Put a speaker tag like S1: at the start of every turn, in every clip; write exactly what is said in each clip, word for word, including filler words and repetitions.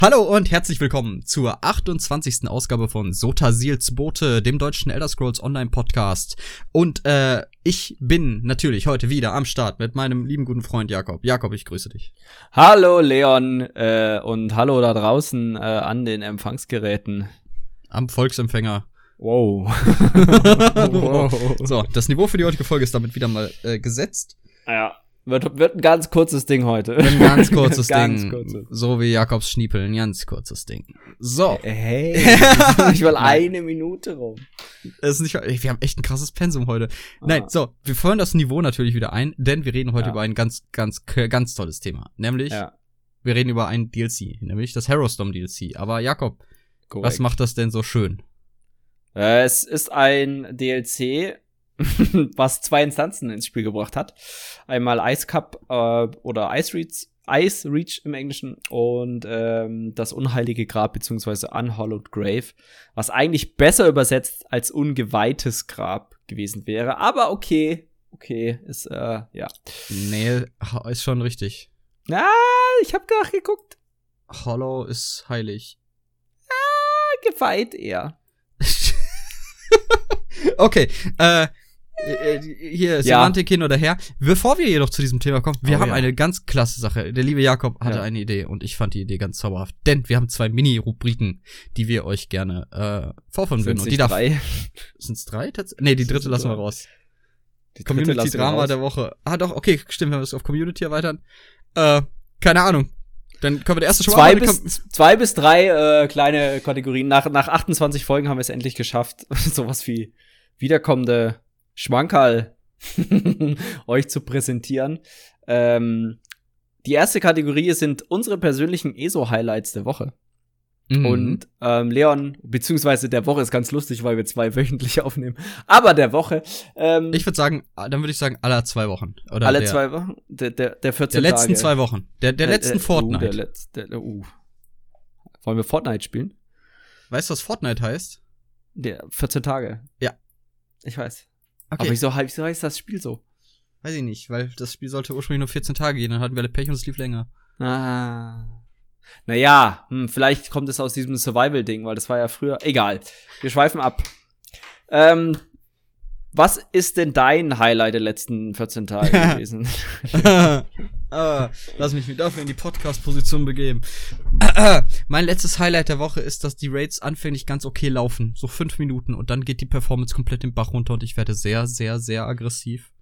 S1: Hallo und herzlich willkommen zur achtundzwanzigsten Ausgabe von Sotasils Bote, dem deutschen Elder Scrolls Online Podcast. Und äh, ich bin natürlich heute wieder am Start mit meinem lieben guten Freund Jakob. Jakob, ich grüße dich.
S2: Hallo Leon äh, und hallo da draußen äh, an den Empfangsgeräten.
S1: Am Volksempfänger.
S2: Wow.
S1: Wow. So, das Niveau für die heutige Folge ist damit wieder mal äh, gesetzt.
S2: Ja. Wird, wird ein ganz kurzes Ding heute.
S1: Ein ganz kurzes
S2: ganz
S1: Ding.
S2: Kurzes.
S1: So wie Jakobs Schniepel, ein ganz kurzes Ding. So.
S2: Hey, ich will eine Minute rum.
S1: Das ist nicht, wir haben echt ein krasses Pensum heute.
S2: Ah.
S1: Nein, so, wir feuern das Niveau natürlich wieder ein, denn wir reden heute
S2: Ja.
S1: über ein ganz, ganz, ganz tolles Thema. Nämlich,
S2: Ja,
S1: wir reden über ein D L C, nämlich das Harrowstorm D L C. Aber Jakob,
S2: korrekt.
S1: was macht das denn so schön?
S2: Äh, es ist ein D L C, was zwei Instanzen ins Spiel gebracht hat. Einmal Ice Cup äh, oder Ice Reach, Ice Reach im Englischen und ähm, das unheilige Grab beziehungsweise Unhallowed Grave, was eigentlich besser übersetzt als ungeweihtes Grab gewesen wäre. Aber okay, okay, ist, äh, ja.
S1: Nee, ha- ist schon richtig.
S2: Ah, ich hab nachgeguckt.
S1: Hollow ist heilig.
S2: Geweiht eher.
S1: Okay, äh, äh, hier,
S2: Ja.
S1: Semantik hin oder her. Bevor wir jedoch zu diesem Thema kommen, wir
S2: Oh,
S1: haben
S2: ja.
S1: eine ganz klasse Sache. Der liebe Jakob hatte
S2: Ja.
S1: eine Idee und ich fand die Idee ganz zauberhaft. Denn wir haben zwei Mini-Rubriken, die wir euch gerne äh, vorführen würden.
S2: Sind's
S1: Und die
S2: nicht
S1: darf.
S2: drei?
S1: Sind's drei? Tats- Nee, die dritte
S2: Sind's
S1: lassen wir
S2: drei?
S1: raus.
S2: Die dritte lassen wir
S1: Community-Drama
S2: raus.
S1: der Woche. Ah, doch, okay, stimmt, wenn wir es auf Community erweitern. Äh, keine Ahnung. Dann können wir die erste schon
S2: Zwei
S1: mal
S2: bis, zwei bis drei äh, kleine Kategorien. Nach, nach achtundzwanzig Folgen haben wir es endlich geschafft, sowas wie wiederkommende Schmankerl euch zu präsentieren. Ähm, die erste Kategorie sind unsere persönlichen E S O-Highlights der Woche.
S1: Mhm.
S2: Und ähm, Leon, beziehungsweise der Woche ist ganz lustig, weil wir zwei wöchentlich aufnehmen. Aber der Woche. Ähm,
S1: Ich würde sagen, dann würde ich sagen, aller zwei Wochen. Oder
S2: alle
S1: der,
S2: zwei Wochen. Der, der, der
S1: Der
S2: vierzehn
S1: letzten
S2: Tage.
S1: zwei Wochen. Der, der
S2: Äh,
S1: letzten
S2: äh,
S1: Fortnite.
S2: Uh, der letzte, der, uh. Wollen wir Fortnite spielen?
S1: Weißt du, was Fortnite heißt?
S2: Der vierzehn Tage.
S1: Ja.
S2: Ich weiß.
S1: Okay.
S2: Aber wieso, wieso heißt das Spiel so?
S1: Weiß ich nicht, weil das Spiel sollte ursprünglich nur vierzehn Tage gehen, dann hatten wir alle Pech und es lief länger.
S2: Ah. Naja, hm, vielleicht kommt es aus diesem Survival-Ding, weil das war ja früher. Egal. Wir schweifen ab. Ähm, was ist denn dein Highlight der letzten vierzehn Tage gewesen?
S1: ah, lass mich wieder dafür in die Podcast-Position begeben. Mein letztes Highlight der Woche ist, dass die Raids anfänglich ganz okay laufen. So fünf Minuten und dann geht die Performance komplett den Bach runter und ich werde sehr, sehr, sehr aggressiv.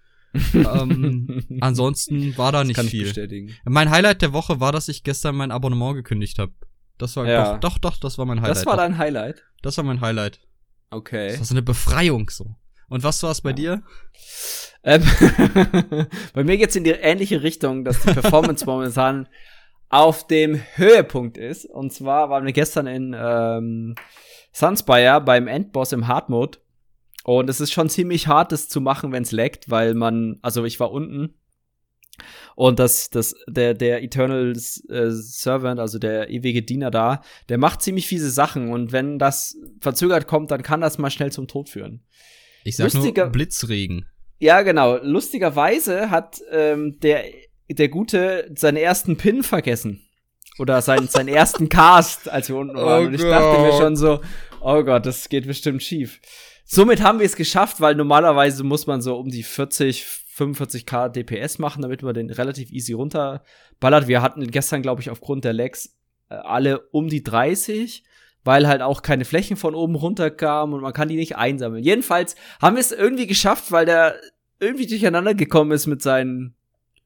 S1: ähm, ansonsten war da
S2: Das
S1: nicht
S2: kann ich
S1: viel.
S2: bestätigen.
S1: Mein Highlight der Woche war, dass ich gestern mein Abonnement gekündigt habe. Das war
S2: Ja.
S1: doch, doch, doch, das war mein Highlight.
S2: Das war
S1: Doch.
S2: dein Highlight?
S1: Das war mein Highlight.
S2: Okay.
S1: Das war so eine Befreiung so. Und was war es bei
S2: Ja.
S1: dir?
S2: Ähm, bei mir geht's in die ähnliche Richtung, dass die Performance momentan auf dem Höhepunkt ist. Und zwar waren wir gestern in ähm, Sunspire beim Endboss im Hard Mode. Und es ist schon ziemlich hart, das zu machen, wenn's laggt, weil man, also ich war unten und das, das, der, der Eternal äh, Servant, also der ewige Diener da, der macht ziemlich fiese Sachen und wenn das verzögert kommt, dann kann das mal schnell zum Tod führen.
S1: Ich sag
S2: Lustiger-
S1: nur Blitzregen.
S2: Ja, genau. Lustigerweise hat ähm, der, der Gute seinen ersten Pin vergessen. Oder seinen, seinen ersten Cast, als wir unten waren.
S1: Oh
S2: Und ich dachte mir
S1: Gott.
S2: schon so, oh Gott, das geht bestimmt schief. Somit haben wir es geschafft, weil normalerweise muss man so um die vierzig, fünfundvierzig K D P S machen, damit man den relativ easy runterballert. Wir hatten gestern, glaube ich, aufgrund der Lags äh, alle um die dreißig, weil halt auch keine Flächen von oben runterkamen und man kann die nicht einsammeln. Jedenfalls haben wir es irgendwie geschafft, weil der irgendwie durcheinander gekommen ist mit seinen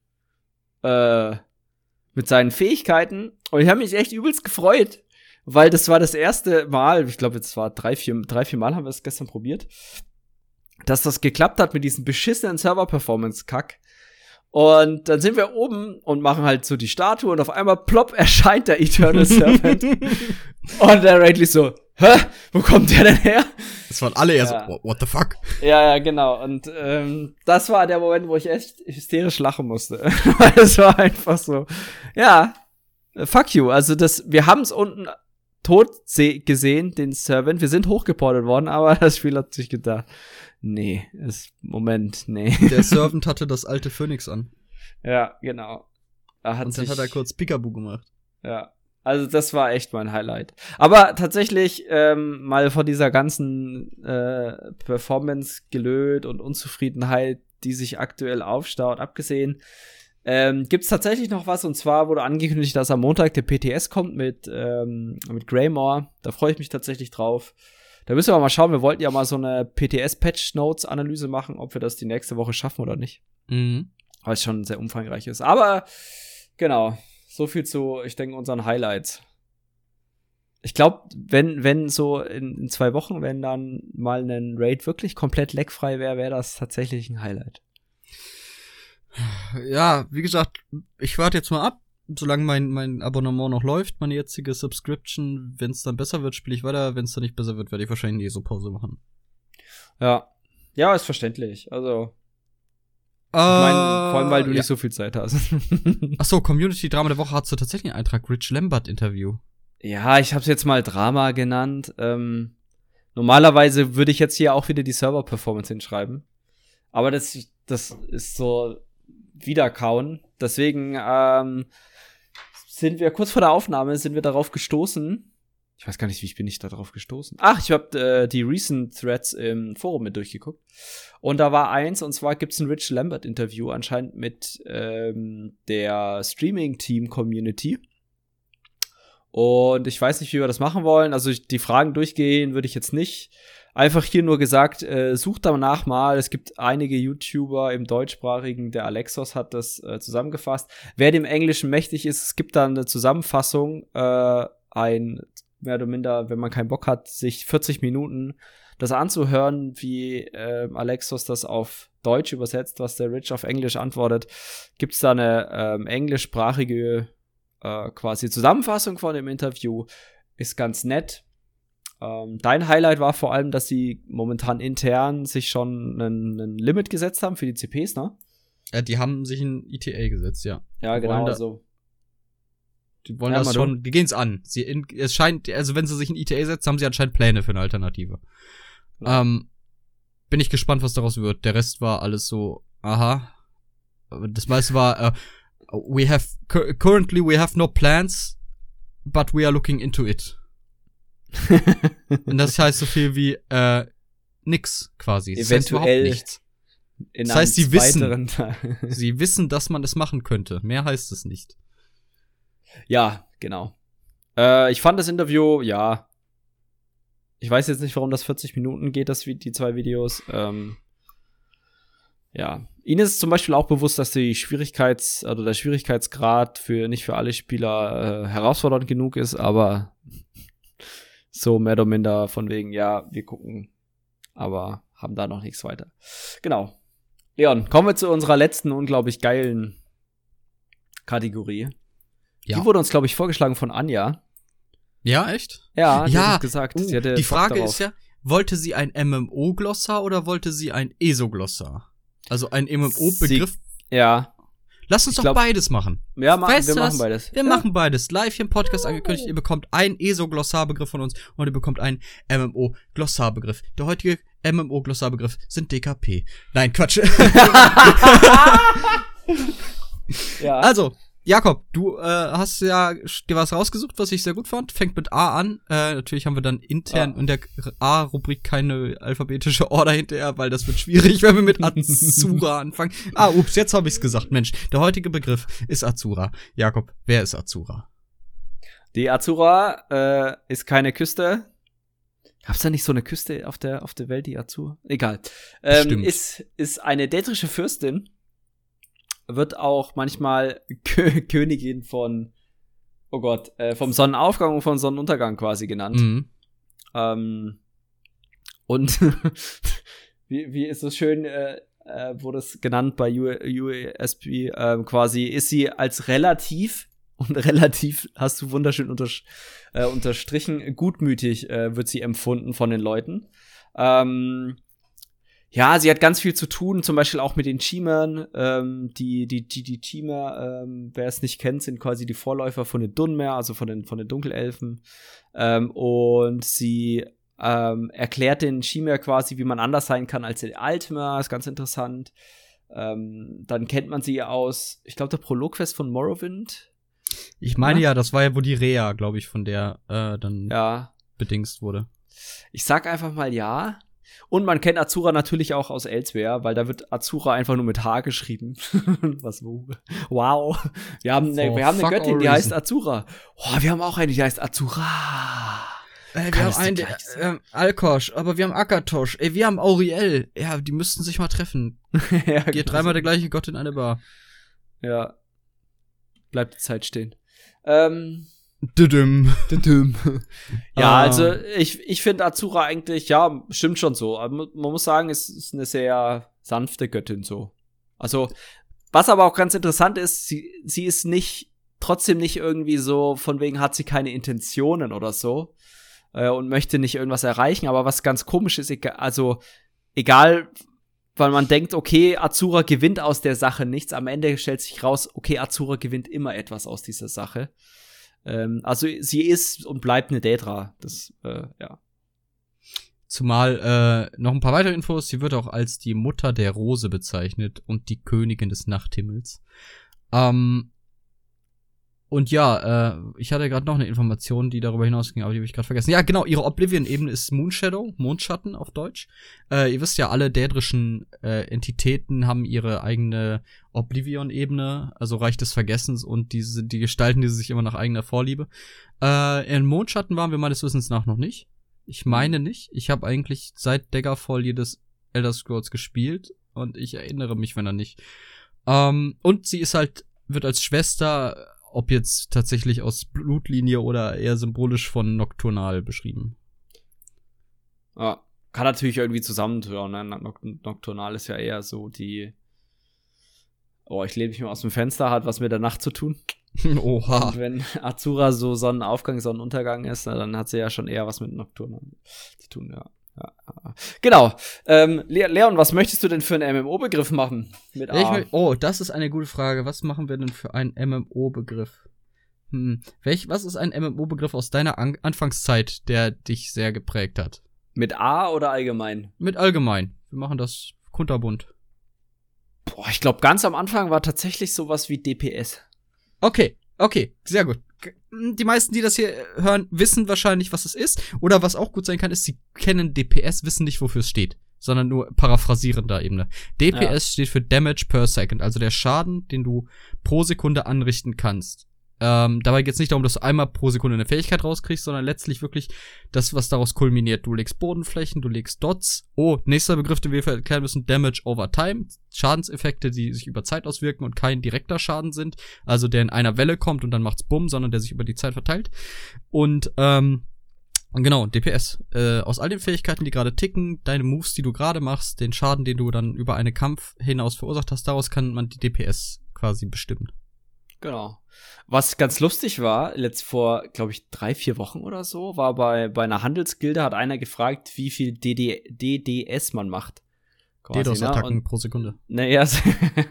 S2: äh, mit seinen Fähigkeiten. Und ich habe mich echt übelst gefreut, weil das war das erste Mal, ich glaube, jetzt war drei, vier, drei, vier Mal haben wir es gestern probiert, dass das geklappt hat mit diesem beschissenen Server-Performance-Kack. Und dann sind wir oben und machen halt so die Statue und auf einmal plopp erscheint der Eternal Servant. Und der Raidley so, hä? Wo kommt der denn her?
S1: Das waren alle eher
S2: Ja.
S1: so, what the fuck?
S2: Ja, ja, genau. Und ähm, das war der Moment, wo ich echt hysterisch lachen musste. Weil es war einfach so, ja, äh, fuck you. Also das, wir haben es unten tot se- gesehen, den Servant. Wir sind hochgeportet worden, aber das Spiel hat sich gedacht, nee, ist, Moment, nee.
S1: Der Servant hatte das alte Phoenix an.
S2: Ja, genau. Er hat
S1: Und dann
S2: sich,
S1: hat er kurz Peekaboo gemacht.
S2: ja, Also das war echt mein Highlight. Aber tatsächlich ähm, mal von dieser ganzen äh, Performance-Gelöt und Unzufriedenheit, die sich aktuell aufstaut, abgesehen, ähm, gibt's tatsächlich noch was. Und zwar wurde angekündigt, dass am Montag der P T S kommt mit, ähm, mit Greymore. Da freue ich mich tatsächlich drauf. Da müssen wir mal schauen. Wir wollten ja mal so eine P T S-Patch-Notes-Analyse machen, ob wir das die nächste Woche schaffen oder nicht.
S1: Mhm.
S2: Weil es schon sehr umfangreich ist. Aber genau. So viel zu, ich denke, unseren Highlights. Ich glaube, wenn, wenn so in, in zwei Wochen, wenn dann mal ein Raid wirklich komplett leckfrei wäre, wäre das tatsächlich ein Highlight.
S1: Ja, wie gesagt, ich warte jetzt mal ab, solange mein, mein Abonnement noch läuft, meine jetzige Subscription. Wenn es dann besser wird, spiele ich weiter. Wenn es dann nicht besser wird, werde ich wahrscheinlich eine E S O-Pause machen.
S2: Ja. Ja, ist verständlich. Also
S1: Ich
S2: meine, vor allem, weil du
S1: ja.
S2: nicht so viel Zeit hast.
S1: Ach so, Community-Drama der Woche hast du tatsächlich einen Eintrag. Rich Lambert-Interview.
S2: Ja, ich hab's jetzt mal Drama genannt. Ähm, normalerweise würde ich jetzt hier auch wieder die Server-Performance hinschreiben. Aber das, das ist so wiederkauen. Deswegen ähm, sind wir kurz vor der Aufnahme, sind wir darauf gestoßen. Ich weiß gar nicht, wie ich bin ich da drauf gestoßen. Ach, ich habe äh, die Recent Threads im Forum mit durchgeguckt. Und da war eins, und zwar gibt's ein Rich Lambert-Interview anscheinend mit ähm, der Streaming-Team-Community. Und ich weiß nicht, wie wir das machen wollen. Also ich, die Fragen durchgehen würde ich jetzt nicht. Einfach hier nur gesagt, äh, sucht danach mal. Es gibt einige YouTuber im deutschsprachigen, der Alexos hat das äh, zusammengefasst. Wer dem Englischen mächtig ist, es gibt da eine Zusammenfassung, äh, ein mehr oder minder, wenn man keinen Bock hat, sich vierzig Minuten das anzuhören, wie äh, Alexos das auf Deutsch übersetzt, was der Rich auf Englisch antwortet, gibt's da eine ähm, englischsprachige äh, quasi Zusammenfassung von dem Interview. Ist ganz nett. Ähm, dein Highlight war vor allem, dass sie momentan intern sich schon ein Limit gesetzt haben für die C Ps, ne?
S1: Ja, die haben sich ein E T A gesetzt, ja.
S2: Ja,
S1: Die
S2: genau,
S1: wollen da-
S2: also.
S1: Die wollen
S2: Ja,
S1: das
S2: mal
S1: schon, die gehen's an. Sie in, es scheint, also wenn sie sich ein E T A setzen, haben sie anscheinend Pläne für eine Alternative.
S2: Ja.
S1: Ähm, bin ich gespannt, was daraus wird. Der Rest war alles so, aha. Aber das meiste war, äh, we have, cu- currently we have no plans, but we are looking into it. Und das heißt so viel wie, äh, nix quasi. Das heißt überhaupt
S2: Eventuell
S1: nichts.
S2: In
S1: Das heißt, sie wissen.
S2: weiteren Teil-
S1: Sie wissen, dass man es machen könnte. Mehr heißt es nicht.
S2: Ja, genau. Äh, ich fand das Interview, ja. Ich weiß jetzt nicht, warum das vierzig Minuten geht, das, die zwei Videos. Ähm, ja. Ihnen ist zum Beispiel auch bewusst, dass die Schwierigkeits-, also der Schwierigkeitsgrad für nicht für alle Spieler äh, herausfordernd genug ist, aber so mehr oder minder von wegen, ja, wir gucken, aber haben da noch nichts weiter. Genau. Leon, kommen wir zu unserer letzten unglaublich geilen Kategorie.
S1: Ja.
S2: Die wurde uns, glaube ich, vorgeschlagen von Anja.
S1: Ja, echt?
S2: Ja, die
S1: Ja,
S2: hat uns gesagt.
S1: Uh,
S2: sie hatte
S1: die
S2: Bock
S1: Frage
S2: darauf.
S1: ist ja, wollte sie ein M M O-Glossar oder wollte sie ein E S O-Glossar? Also ein M M O-Begriff.
S2: Ja.
S1: Lass uns
S2: ich
S1: doch
S2: glaub-
S1: beides machen.
S2: Ja, ma
S1: Weißt
S2: wir
S1: du
S2: machen
S1: was?
S2: beides.
S1: Wir
S2: ja.
S1: machen beides. Live hier im Podcast angekündigt, ihr bekommt einen E S O-Glossarbegriff von uns und ihr bekommt einen M M O-Glossarbegriff. Der heutige M M O-Glossarbegriff sind D K P. Nein, Quatsch.
S2: Ja.
S1: Also, Jakob, du äh, hast ja dir was rausgesucht, was ich sehr gut fand. Fängt mit A an. Äh, natürlich haben wir dann intern
S2: Ah.
S1: in der A-Rubrik keine alphabetische Order hinterher, weil das wird schwierig, wenn wir mit Azura anfangen. Ah, ups, jetzt habe ich's gesagt. Mensch, der heutige Begriff ist Azura. Jakob, wer ist Azura?
S2: Die Azura äh, ist keine Küste. Gab's da nicht so eine Küste auf der auf der Welt, die Azura? Egal. Ähm,
S1: Stimmt.
S2: ist ist eine dätrische Fürstin. Wird auch manchmal Kö Königin von, oh Gott, äh, vom Sonnenaufgang und vom Sonnenuntergang quasi genannt.
S1: Mhm.
S2: Ähm, und wie, wie ist es schön, äh, äh, wurde es genannt bei U S P, ähm, quasi ist sie als relativ, und relativ hast du wunderschön untersch äh, unterstrichen, gutmütig äh, wird sie empfunden von den Leuten. Ähm, Ja, sie hat ganz viel zu tun, zum Beispiel auch mit den Chimern. Ähm, die, die, die, die Chimer, ähm, wer es nicht kennt, sind quasi die Vorläufer von den Dunmer, also von den, von den Dunkelelfen. Ähm, und sie ähm, erklärt den Chimer quasi, wie man anders sein kann als der Altmer, ist ganz interessant. Ähm, dann kennt man sie aus, ich glaube, der Prologquest von Morrowind.
S1: Ich meine
S2: Ja?
S1: ja, das war ja, wo die Rea, glaube ich, von der äh, dann
S2: Ja.
S1: bedingst wurde.
S2: Ich sag einfach mal ja. Und man kennt Azura natürlich auch aus Elsewhere, weil da wird Azura einfach nur mit H geschrieben. Was wo? Wow. Wir haben eine,
S1: For
S2: wir haben eine
S1: fuck
S2: Göttin,
S1: all
S2: die heißt
S1: reason.
S2: Azura. Oh, wir haben auch eine, die heißt Azura.
S1: Ey,
S2: Kann
S1: wir haben
S2: das die
S1: einen,
S2: gleiche
S1: der,
S2: sein?
S1: ähm, Alkosch, aber wir haben Akatosh. Ey, wir haben Auriel. Ja, die müssten sich mal treffen.
S2: Ja,
S1: Geht
S2: genau.
S1: dreimal der gleiche Gott in eine Bar.
S2: Ja. Bleibt die Zeit stehen. Ähm.
S1: Düdüm.
S2: Ja,
S1: Ah.
S2: also ich, ich finde Azura eigentlich, ja, stimmt schon so. Aber man muss sagen, es ist eine sehr sanfte Göttin so. Also, was aber auch ganz interessant ist, sie, sie ist nicht, trotzdem nicht irgendwie so, von wegen hat sie keine Intentionen oder so äh, und möchte nicht irgendwas erreichen. Aber was ganz komisch ist, egal, also egal, weil man denkt, okay, Azura gewinnt aus der Sache nichts. Am Ende stellt sich raus, okay, Azura gewinnt immer etwas aus dieser Sache. Ähm, also sie ist und bleibt eine Daedra. Das, äh, ja.
S1: Zumal äh, noch ein paar weitere Infos. Sie wird auch als die Mutter der Rose bezeichnet und die Königin des Nachthimmels. Ähm, und ja, äh, ich hatte gerade noch eine Information, die darüber hinausging, aber die habe ich gerade vergessen. Ja, genau, ihre Oblivion-Ebene ist Moonshadow, Mondschatten auf Deutsch. Äh, ihr wisst ja, alle daedrischen äh, Entitäten haben ihre eigene Oblivion-Ebene, also Reich des Vergessens, und diese, die gestalten diese sich immer nach eigener Vorliebe. Äh, in Mondschatten waren wir meines Wissens nach noch nicht. Ich meine nicht. Ich habe eigentlich seit Daggerfall jedes Elder Scrolls gespielt und ich erinnere mich, wenn er nicht. Ähm, und sie ist halt, wird als Schwester, ob jetzt tatsächlich aus Blutlinie oder eher symbolisch, von Nocturnal beschrieben.
S2: Ja, kann natürlich irgendwie zusammenhören. Ne? Noct- Nocturnal ist ja eher so die Oh, ich lehne mich mal aus dem Fenster, hat was mit der Nacht zu tun.
S1: Oha.
S2: Und wenn Azura so Sonnenaufgang, Sonnenuntergang ist, na, dann hat sie ja schon eher was mit Nocturnal zu tun, ja. Ja, ja. Genau. Ähm, Le- Leon, was möchtest du denn für einen M M O-Begriff machen? Mit
S1: Ja, ich
S2: A?
S1: mö- oh, das ist eine gute Frage. Was machen wir denn für einen M M O-Begriff? Hm. Welch, was ist ein M M O-Begriff aus deiner An- Anfangszeit, der dich sehr geprägt hat?
S2: Mit A oder allgemein?
S1: Mit allgemein. Wir machen das kunterbunt.
S2: Boah, ich glaube, ganz am Anfang war tatsächlich sowas wie D P S.
S1: Okay, okay, sehr gut. G- Die meisten, die das hier hören, wissen wahrscheinlich, was es ist. Oder was auch gut sein kann, ist, sie kennen D P S, wissen nicht, wofür es steht. Sondern nur paraphrasierender Ebene. D P S
S2: Ja.
S1: steht für Damage per Second, also der Schaden, den du pro Sekunde anrichten kannst. Ähm, dabei geht es nicht darum, dass du einmal pro Sekunde eine Fähigkeit rauskriegst, sondern letztlich wirklich das, was daraus kulminiert. Du legst Bodenflächen, du legst Dots. Oh, nächster Begriff, den wir erklären müssen, Damage over Time. Schadenseffekte, die sich über Zeit auswirken und kein direkter Schaden sind. Also der in einer Welle kommt und dann macht's Bumm, sondern der sich über die Zeit verteilt. Und, ähm, genau, D P S. Äh, aus all den Fähigkeiten, die gerade ticken, deine Moves, die du gerade machst, den Schaden, den du dann über einen Kampf hinaus verursacht hast, daraus kann man die D P S quasi bestimmen.
S2: Genau. Was ganz lustig war, letzt vor, glaube ich, drei, vier Wochen oder so, war bei, bei einer Handelsgilde, hat einer gefragt, wie viel D D, D D S man macht. Quasi,
S1: DDoS-Attacken
S2: ne?
S1: pro Sekunde.
S2: Naja, so,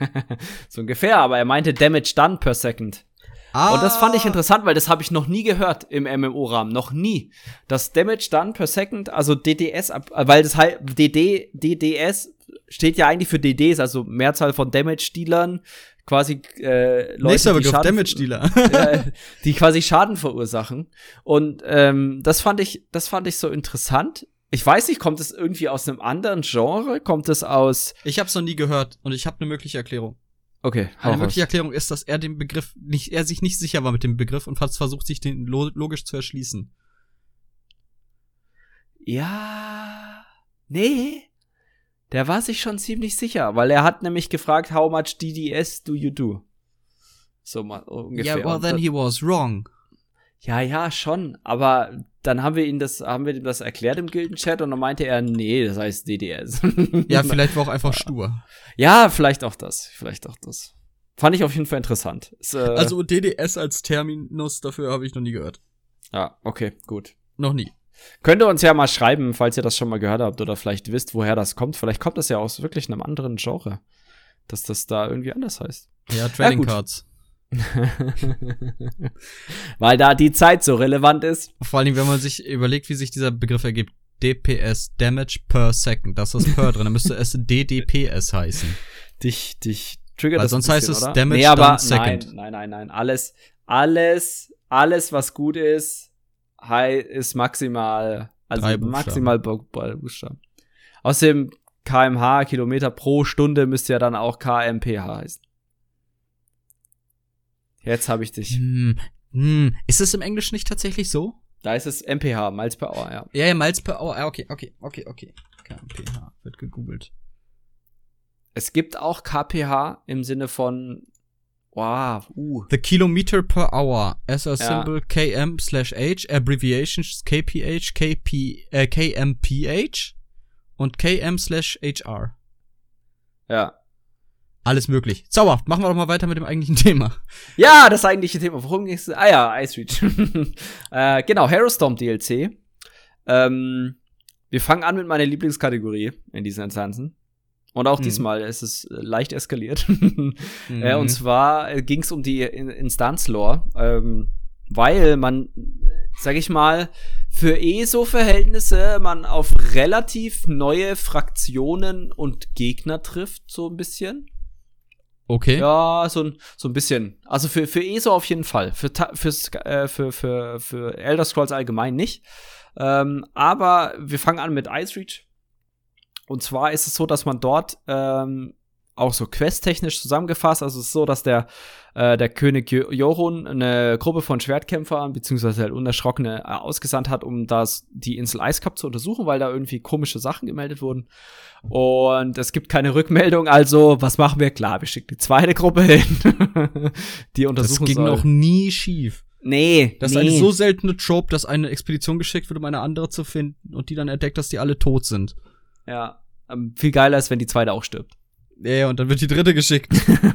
S2: so ungefähr, aber er meinte Damage done per second.
S1: Ah.
S2: Und das fand ich interessant, weil das habe ich noch nie gehört im M M O-Rahmen. Noch nie. Das Damage done per second, also D D S, ab- weil das halt D D, D D S steht ja eigentlich für D Ds, also Mehrzahl von Damage-Dealern, quasi äh, Leute,
S1: Nächster
S2: die
S1: Begriff,
S2: Schaden-
S1: Damage-Dealer.
S2: ja, die quasi Schaden verursachen. Und ähm, das fand ich, das fand ich so interessant. Ich weiß nicht, kommt es irgendwie aus einem anderen Genre? Kommt es aus?
S1: Ich hab's noch nie gehört und ich habe eine mögliche Erklärung.
S2: Okay, hau
S1: Eine
S2: raus.
S1: mögliche Erklärung ist, dass er den Begriff nicht, er sich nicht sicher war mit dem Begriff und hat versucht, sich den lo- logisch zu erschließen.
S2: Ja, nee, der war sich schon ziemlich sicher, weil er hat nämlich gefragt, how much D D S do you do? So mal ungefähr.
S1: Yeah, well
S2: Und
S1: then
S2: da-
S1: he was wrong.
S2: ja, ja, schon, aber dann haben wir ihm das, haben wir ihm das erklärt im Gildenchat und dann meinte er, nee, das heißt D D S.
S1: Ja, vielleicht war auch einfach stur.
S2: Ja, vielleicht auch das, vielleicht auch das. Fand ich auf jeden Fall interessant. Ist, äh,
S1: Also D D S als Terminus, dafür habe ich noch nie gehört.
S2: ja, okay, gut.
S1: Noch nie.
S2: Könnt ihr uns ja mal schreiben, falls ihr das schon mal gehört habt oder vielleicht wisst, woher das kommt. Vielleicht kommt das ja aus wirklich einem anderen Genre, dass das da irgendwie anders heißt.
S1: Ja, Trading
S2: gut.
S1: Cards.
S2: Weil da die Zeit so relevant ist.
S1: Vor allem, wenn man sich überlegt, wie sich dieser Begriff ergibt. D P S, Damage per Second. Das ist per drin. Dann müsste es D D P S heißen.
S2: Dich, dich triggert
S1: Weil
S2: das
S1: sonst
S2: ein
S1: heißt
S2: bisschen,
S1: es
S2: oder?
S1: Damage
S2: nee, aber
S1: done second.
S2: Nein, nein, nein, nein. Alles, alles, alles, was gut ist, ist maximal, also
S1: Drei Buchstaben.
S2: maximal Buchstaben. Außerdem Kilometer pro Stunde, Kilometer pro Stunde müsste ja dann auch Kilometer pro Stunde heißen. Jetzt habe ich dich.
S1: Hm, hm. Ist es im Englischen nicht tatsächlich so?
S2: Da ist es M P H, Miles per Hour, ja.
S1: Ja, ja, Miles per Hour. Okay, okay, okay, okay. K M P H wird gegoogelt.
S2: Es gibt auch K P H im Sinne von wow, uh.
S1: The kilometer per hour as a
S2: Ja.
S1: symbol K M slash H, abbreviations K P H, K P, äh, K M P H und K M slash H R.
S2: Ja.
S1: Alles möglich. Zauberhaft. Machen wir doch mal weiter mit dem eigentlichen Thema.
S2: Ja, das eigentliche Thema. Worum ging's? Ah ja, Ice Reach. äh, genau, Harrowstorm D L C. Ähm, wir fangen an mit meiner Lieblingskategorie in diesen Instanzen. Und auch
S1: Mhm.
S2: diesmal ist es leicht eskaliert.
S1: Mhm.
S2: äh, und zwar äh, ging es um die In- Instanz-Lore. Ähm, weil man, sag ich mal, für E S O-Verhältnisse man auf relativ neue Fraktionen und Gegner trifft, so ein bisschen.
S1: Okay.
S2: Ja, so ein, so ein bisschen. Also für, für E S O auf jeden Fall. Für, Ta- fürs, äh, für, für, für Elder Scrolls allgemein nicht. Ähm, aber wir fangen an mit Ice Reach. Und zwar ist es so, dass man dort ähm, auch so questtechnisch zusammengefasst, also es ist so, dass der äh, der König Jo- Jorun eine Gruppe von Schwertkämpfern beziehungsweise halt Unerschrockene äh, ausgesandt hat, um das die Insel Icecap zu untersuchen, weil da irgendwie komische Sachen gemeldet wurden. Und es gibt keine Rückmeldung, also was machen wir? Klar, wir schicken die zweite Gruppe hin, die
S1: Das
S2: untersuchen
S1: ging
S2: soll.
S1: noch nie schief.
S2: Nee,
S1: Das
S2: nee.
S1: ist eine so seltene Trope, dass eine Expedition geschickt wird, um eine andere zu finden und die dann entdeckt, dass die alle tot sind.
S2: Ja, ähm, viel geiler ist, wenn die zweite auch stirbt.
S1: Ja, und dann wird die dritte geschickt.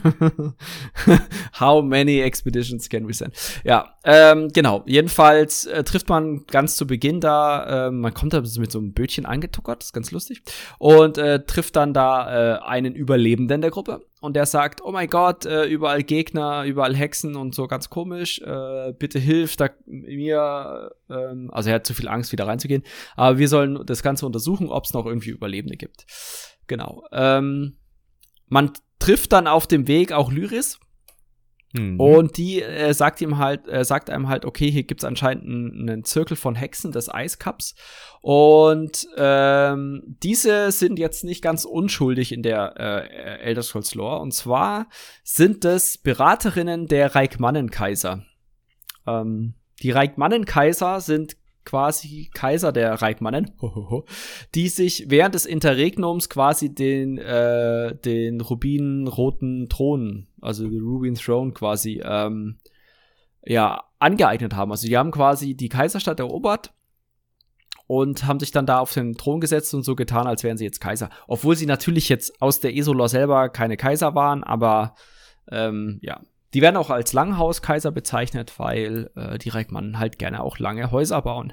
S2: How many expeditions can we send? Ja, ähm, genau. Jedenfalls äh, trifft man ganz zu Beginn da, äh, man kommt da mit so einem Bötchen angetuckert, das ist ganz lustig, und äh, trifft dann da äh, einen Überlebenden der Gruppe. Und der sagt, oh mein Gott, äh, überall Gegner, überall Hexen und so, ganz komisch, äh, bitte hilf da mir, ähm, also er hat zu viel Angst, wieder reinzugehen, aber wir sollen das Ganze untersuchen, ob es noch irgendwie Überlebende gibt. Genau. Ähm, man trifft dann auf dem Weg auch Lyris.
S1: Mhm.
S2: Und die äh, sagt ihm halt, äh, sagt einem halt, okay, hier gibt's anscheinend einen, einen Zirkel von Hexen des Eiscups. Und ähm, diese sind jetzt nicht ganz unschuldig in der äh, Elder Scrolls Lore. Und zwar sind es Beraterinnen der Reikmannen-Kaiser. Ähm, die Reikmannen-Kaiser sind quasi Kaiser der Reikmannen, die sich während des Interregnums quasi den äh, den rubinroten Thron, also den Rubin Throne quasi, ähm, ja, angeeignet haben. Also die haben quasi die Kaiserstadt erobert und haben sich dann da auf den Thron gesetzt und so getan, als wären sie jetzt Kaiser. Obwohl sie natürlich jetzt aus der Esolor selber keine Kaiser waren, aber ähm, ja. Die werden auch als Langhauskaiser bezeichnet, weil äh, die Reikmannen halt gerne auch lange Häuser bauen.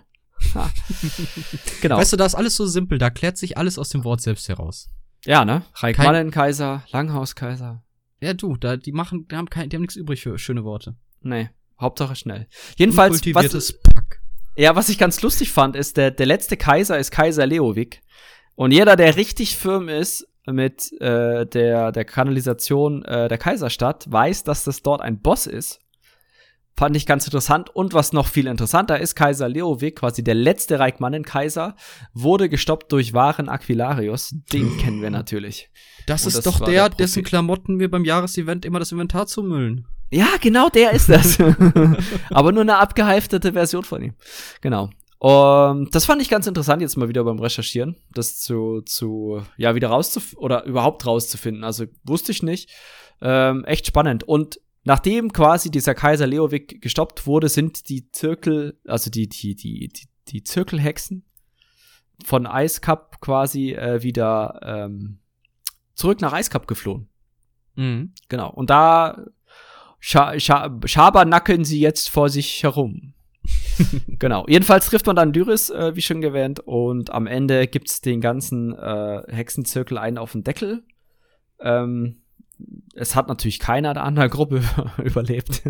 S2: Genau.
S1: Weißt du, da ist alles so simpel, da klärt sich alles aus dem Wort selbst heraus.
S2: Ja, ne? Reikmannenkaiser, Langhauskaiser.
S1: Ja, du, da, die machen, die haben kein, die haben nichts übrig für schöne Worte.
S2: Nee, Hauptsache schnell. Jedenfalls, was,
S1: Kultiviertes Pack.
S2: ja, was ich ganz lustig fand, ist, der, der letzte Kaiser ist Kaiser Leovic. Und jeder, der richtig firm ist mit äh, der, der Kanalisation äh, der Kaiserstadt, weiß, dass das dort ein Boss ist. Fand ich ganz interessant. Und was noch viel interessanter ist, Kaiser Leovic, quasi der letzte Reikmannen-Kaiser, wurde gestoppt durch Waren Aquilarius. Den kennen wir natürlich.
S1: Das
S2: Und
S1: ist
S2: das
S1: doch
S2: war
S1: der,
S2: der
S1: dessen
S2: Prophet.
S1: Klamotten wir beim Jahresevent immer das Inventar zumüllen.
S2: Ja, genau, der ist das. Aber nur eine abgehalfterte Version von ihm. Genau. Und das fand ich ganz interessant jetzt mal wieder beim Recherchieren, das zu, zu, ja, wieder rauszufinden, oder überhaupt rauszufinden. Also, wusste ich nicht. Ähm, echt spannend. Und nachdem quasi dieser Kaiser Leovic gestoppt wurde, sind die Zirkel, also die, die, die, die, die Zirkelhexen von Icecap quasi äh, wieder ähm, zurück nach Icecap geflohen.
S1: Mhm.
S2: Genau. Und da scha scha schabernackeln sie jetzt vor sich herum. Genau. Jedenfalls trifft man dann Lyris, äh, wie schon erwähnt, und am Ende gibt's den ganzen äh, Hexenzirkel einen auf den Deckel. Ähm, es hat natürlich keiner der anderen Gruppe überlebt.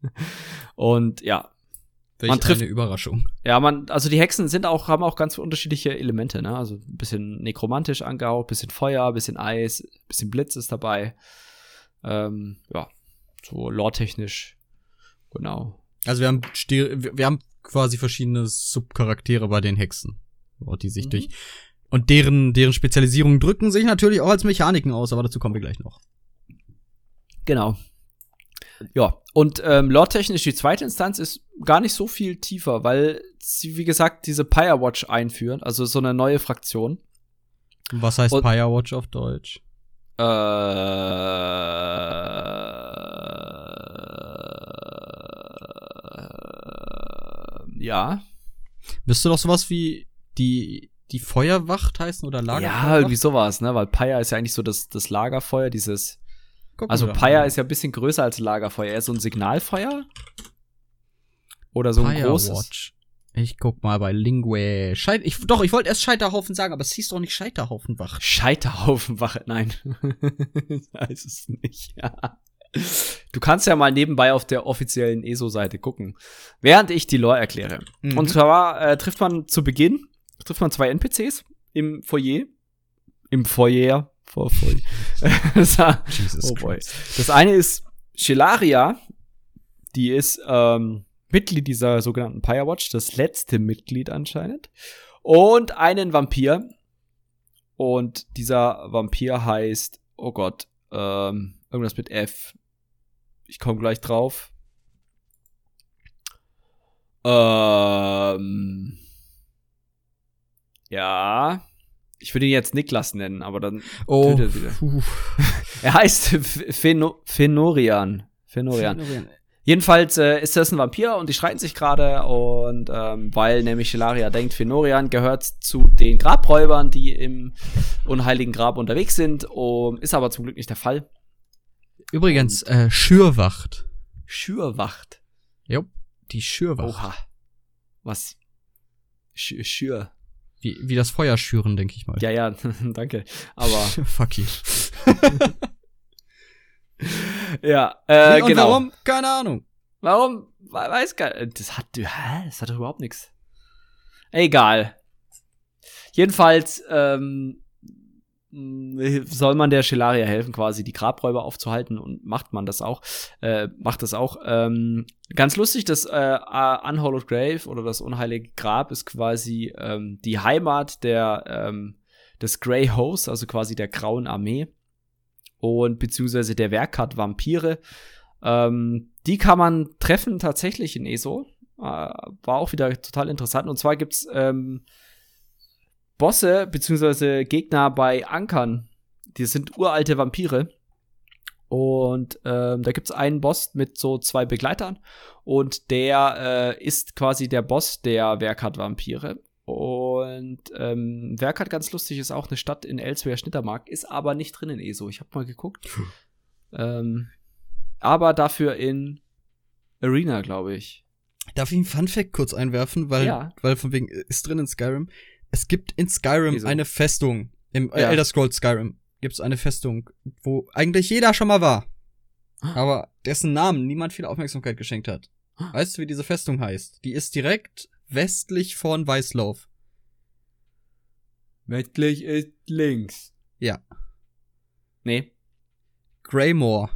S2: Und ja.
S1: Welch
S2: Man trifft-
S1: eine Überraschung.
S2: Ja, man, also die Hexen sind auch, haben auch ganz unterschiedliche Elemente, ne? Also ein bisschen nekromantisch angehaucht, bisschen Feuer, bisschen Eis, bisschen Blitz ist dabei. Ähm, ja, so lore-technisch Genau.
S1: Also wir haben Ste- wir wir haben quasi verschiedene Subcharaktere bei den Hexen, die sich mhm. durch und deren deren Spezialisierungen drücken sich natürlich auch als Mechaniken aus, aber dazu kommen wir gleich noch.
S2: Genau. Ja, und ähm, lore-technisch die zweite Instanz ist gar nicht so viel tiefer, weil sie, wie gesagt, diese Firewatch einführen, also so eine neue Fraktion.
S1: Was heißt Firewatch auf Deutsch?
S2: Äh, ja.
S1: Müsste doch sowas wie die die Feuerwacht heißen oder Lagerfeuerwacht?
S2: Ja, irgendwie sowas, ne? Weil Pyre ist ja eigentlich so das, das Lagerfeuer, dieses Gucken also Pyre ist ja ein bisschen größer als Lagerfeuer. Eher so ein Signalfeuer? Oder so ein
S1: Firewatch.
S2: großes?
S1: Ich guck mal bei Lingue. Scheit ich, doch, ich wollte erst Scheiterhaufen sagen, aber es hieß doch nicht Scheiterhaufenwache.
S2: Scheiterhaufenwache, nein. Das ist es nicht, ja. Du kannst ja mal nebenbei auf der offiziellen E S O-Seite gucken, während ich die Lore erkläre. Mhm. Und zwar äh, trifft man zu Beginn, trifft man zwei N P Cs im Foyer. Im Foyer. Vor Foyer.
S1: Jesus
S2: oh boy. Das eine ist Shelaria, die ist ähm, Mitglied dieser sogenannten Firewatch, das letzte Mitglied anscheinend. Und einen Vampir. Und dieser Vampir heißt, oh Gott, ähm, irgendwas mit F. Ich komme gleich drauf. Ähm, ja. Ich würde ihn jetzt Niklas nennen, aber dann
S1: oh.
S2: tötet er wieder. Er heißt Pheno- Fenorian. Fenorian. Fenorian. Jedenfalls äh, ist das ein Vampir und die streiten sich gerade und ähm, weil nämlich Shelaria denkt, Fenorian gehört zu den Grabräubern, die im unheiligen Grab unterwegs sind, um, ist aber zum Glück nicht der Fall.
S1: Übrigens, äh, Schürwacht.
S2: Schürwacht?
S1: Jo, die Schürwacht.
S2: Oha. Was? Sch- Schür.
S1: Wie, wie das Feuer schüren, denke ich mal.
S2: Ja, ja, danke. Aber
S1: fuck you.
S2: Ja, äh,
S1: und
S2: genau.
S1: Warum? Keine Ahnung.
S2: Warum? Weiß gar nicht. Das hat, hä? Das hat doch überhaupt nichts. Egal. Jedenfalls, ähm, soll man der Shelaria helfen, quasi die Grabräuber aufzuhalten und macht man das auch. Äh, macht das auch. Ähm, ganz lustig, das äh, Unhallowed Grave oder das unheilige Grab ist quasi ähm, die Heimat der ähm, des Grey Host, also quasi der Grauen Armee. Und beziehungsweise der Werkart Vampire. Ähm, die kann man treffen tatsächlich in E S O. Äh, war auch wieder total interessant. Und zwar gibt's ähm, Bosse beziehungsweise Gegner bei Ankern. Die sind uralte Vampire. Und ähm, da gibt's einen Boss mit so zwei Begleitern. Und der äh, ist quasi der Boss der Werkart Vampire. Und ähm, Werkart, ganz lustig, ist auch eine Stadt in Elsweier-Schnittermark, ist aber nicht drin in E S O. Ich habe mal geguckt. ähm, aber dafür in Arena, glaube ich.
S1: Darf ich einen Funfact kurz einwerfen? Weil,
S2: ja. weil von wegen, ist drin in Skyrim. Es gibt in Skyrim so. eine Festung. Im ja. Elder Scrolls Skyrim gibt es eine Festung, wo eigentlich jeder schon mal war. Aber dessen Namen niemand viel Aufmerksamkeit geschenkt hat. Weißt du, wie diese Festung heißt? Die ist direkt westlich von Weißlauf. Westlich ist links.
S1: Ja.
S2: Nee.
S1: Greymore.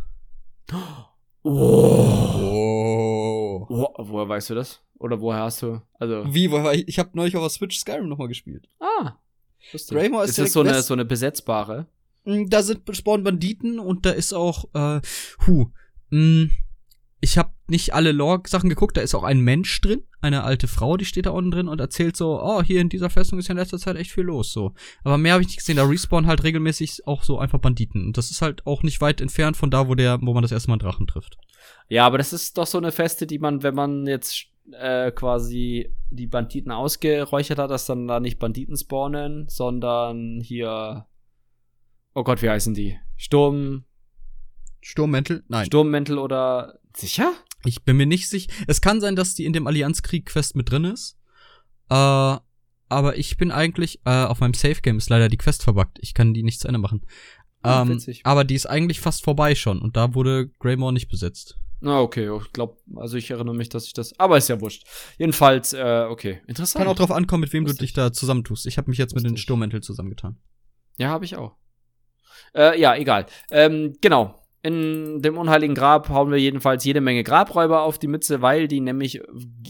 S2: Oh. oh. Woher weißt du das? Oder woher hast du? Also
S1: Wie, woher? Ich, ich habe neulich auf der Switch Skyrim nochmal gespielt.
S2: Ah. Lustig.
S1: Greymore ist,
S2: ist das so eine, so eine besetzbare?
S1: Da sind spawnen Banditen und da ist auch, äh, hu, mh, ich habe nicht alle Lore-Sachen geguckt, da ist auch ein Mensch drin, eine alte Frau, die steht da unten drin und erzählt so, oh, hier in dieser Festung ist ja in letzter Zeit echt viel los, so. Aber mehr habe ich nicht gesehen, da respawnen halt regelmäßig auch so einfach Banditen. Und das ist halt auch nicht weit entfernt von da, wo der, wo man das erste Mal einen Drachen trifft.
S2: Ja, aber das ist doch so eine Feste, die man, wenn man jetzt äh, quasi die Banditen ausgeräuchert hat, dass dann da nicht Banditen spawnen, sondern hier, oh Gott, wie heißen die? Sturm...
S1: Sturmmäntel? Nein.
S2: Sturmmäntel oder... Sicher?
S1: Ich bin mir nicht sicher. Es kann sein, dass die in dem Allianzkrieg-Quest mit drin ist. Äh, aber ich bin eigentlich, äh, auf meinem Safe-Game ist leider die Quest verbuggt. Ich kann die nicht zu Ende machen.
S2: Oh,
S1: ähm, aber die ist eigentlich fast vorbei schon. Und da wurde Greymore nicht besetzt.
S2: Na, okay. Ich glaube, also ich erinnere mich, dass ich das... Aber ist ja wurscht. Jedenfalls, äh, okay. Interessant.
S1: Kann auch drauf ankommen, mit wem Lustig. du dich da zusammentust. Ich habe mich jetzt
S2: Lustig.
S1: mit den Sturmmänteln zusammengetan.
S2: Ja, habe ich auch. Äh, ja, egal. Ähm, genau. in dem unheiligen Grab hauen wir jedenfalls jede Menge Grabräuber auf die Mütze, weil die nämlich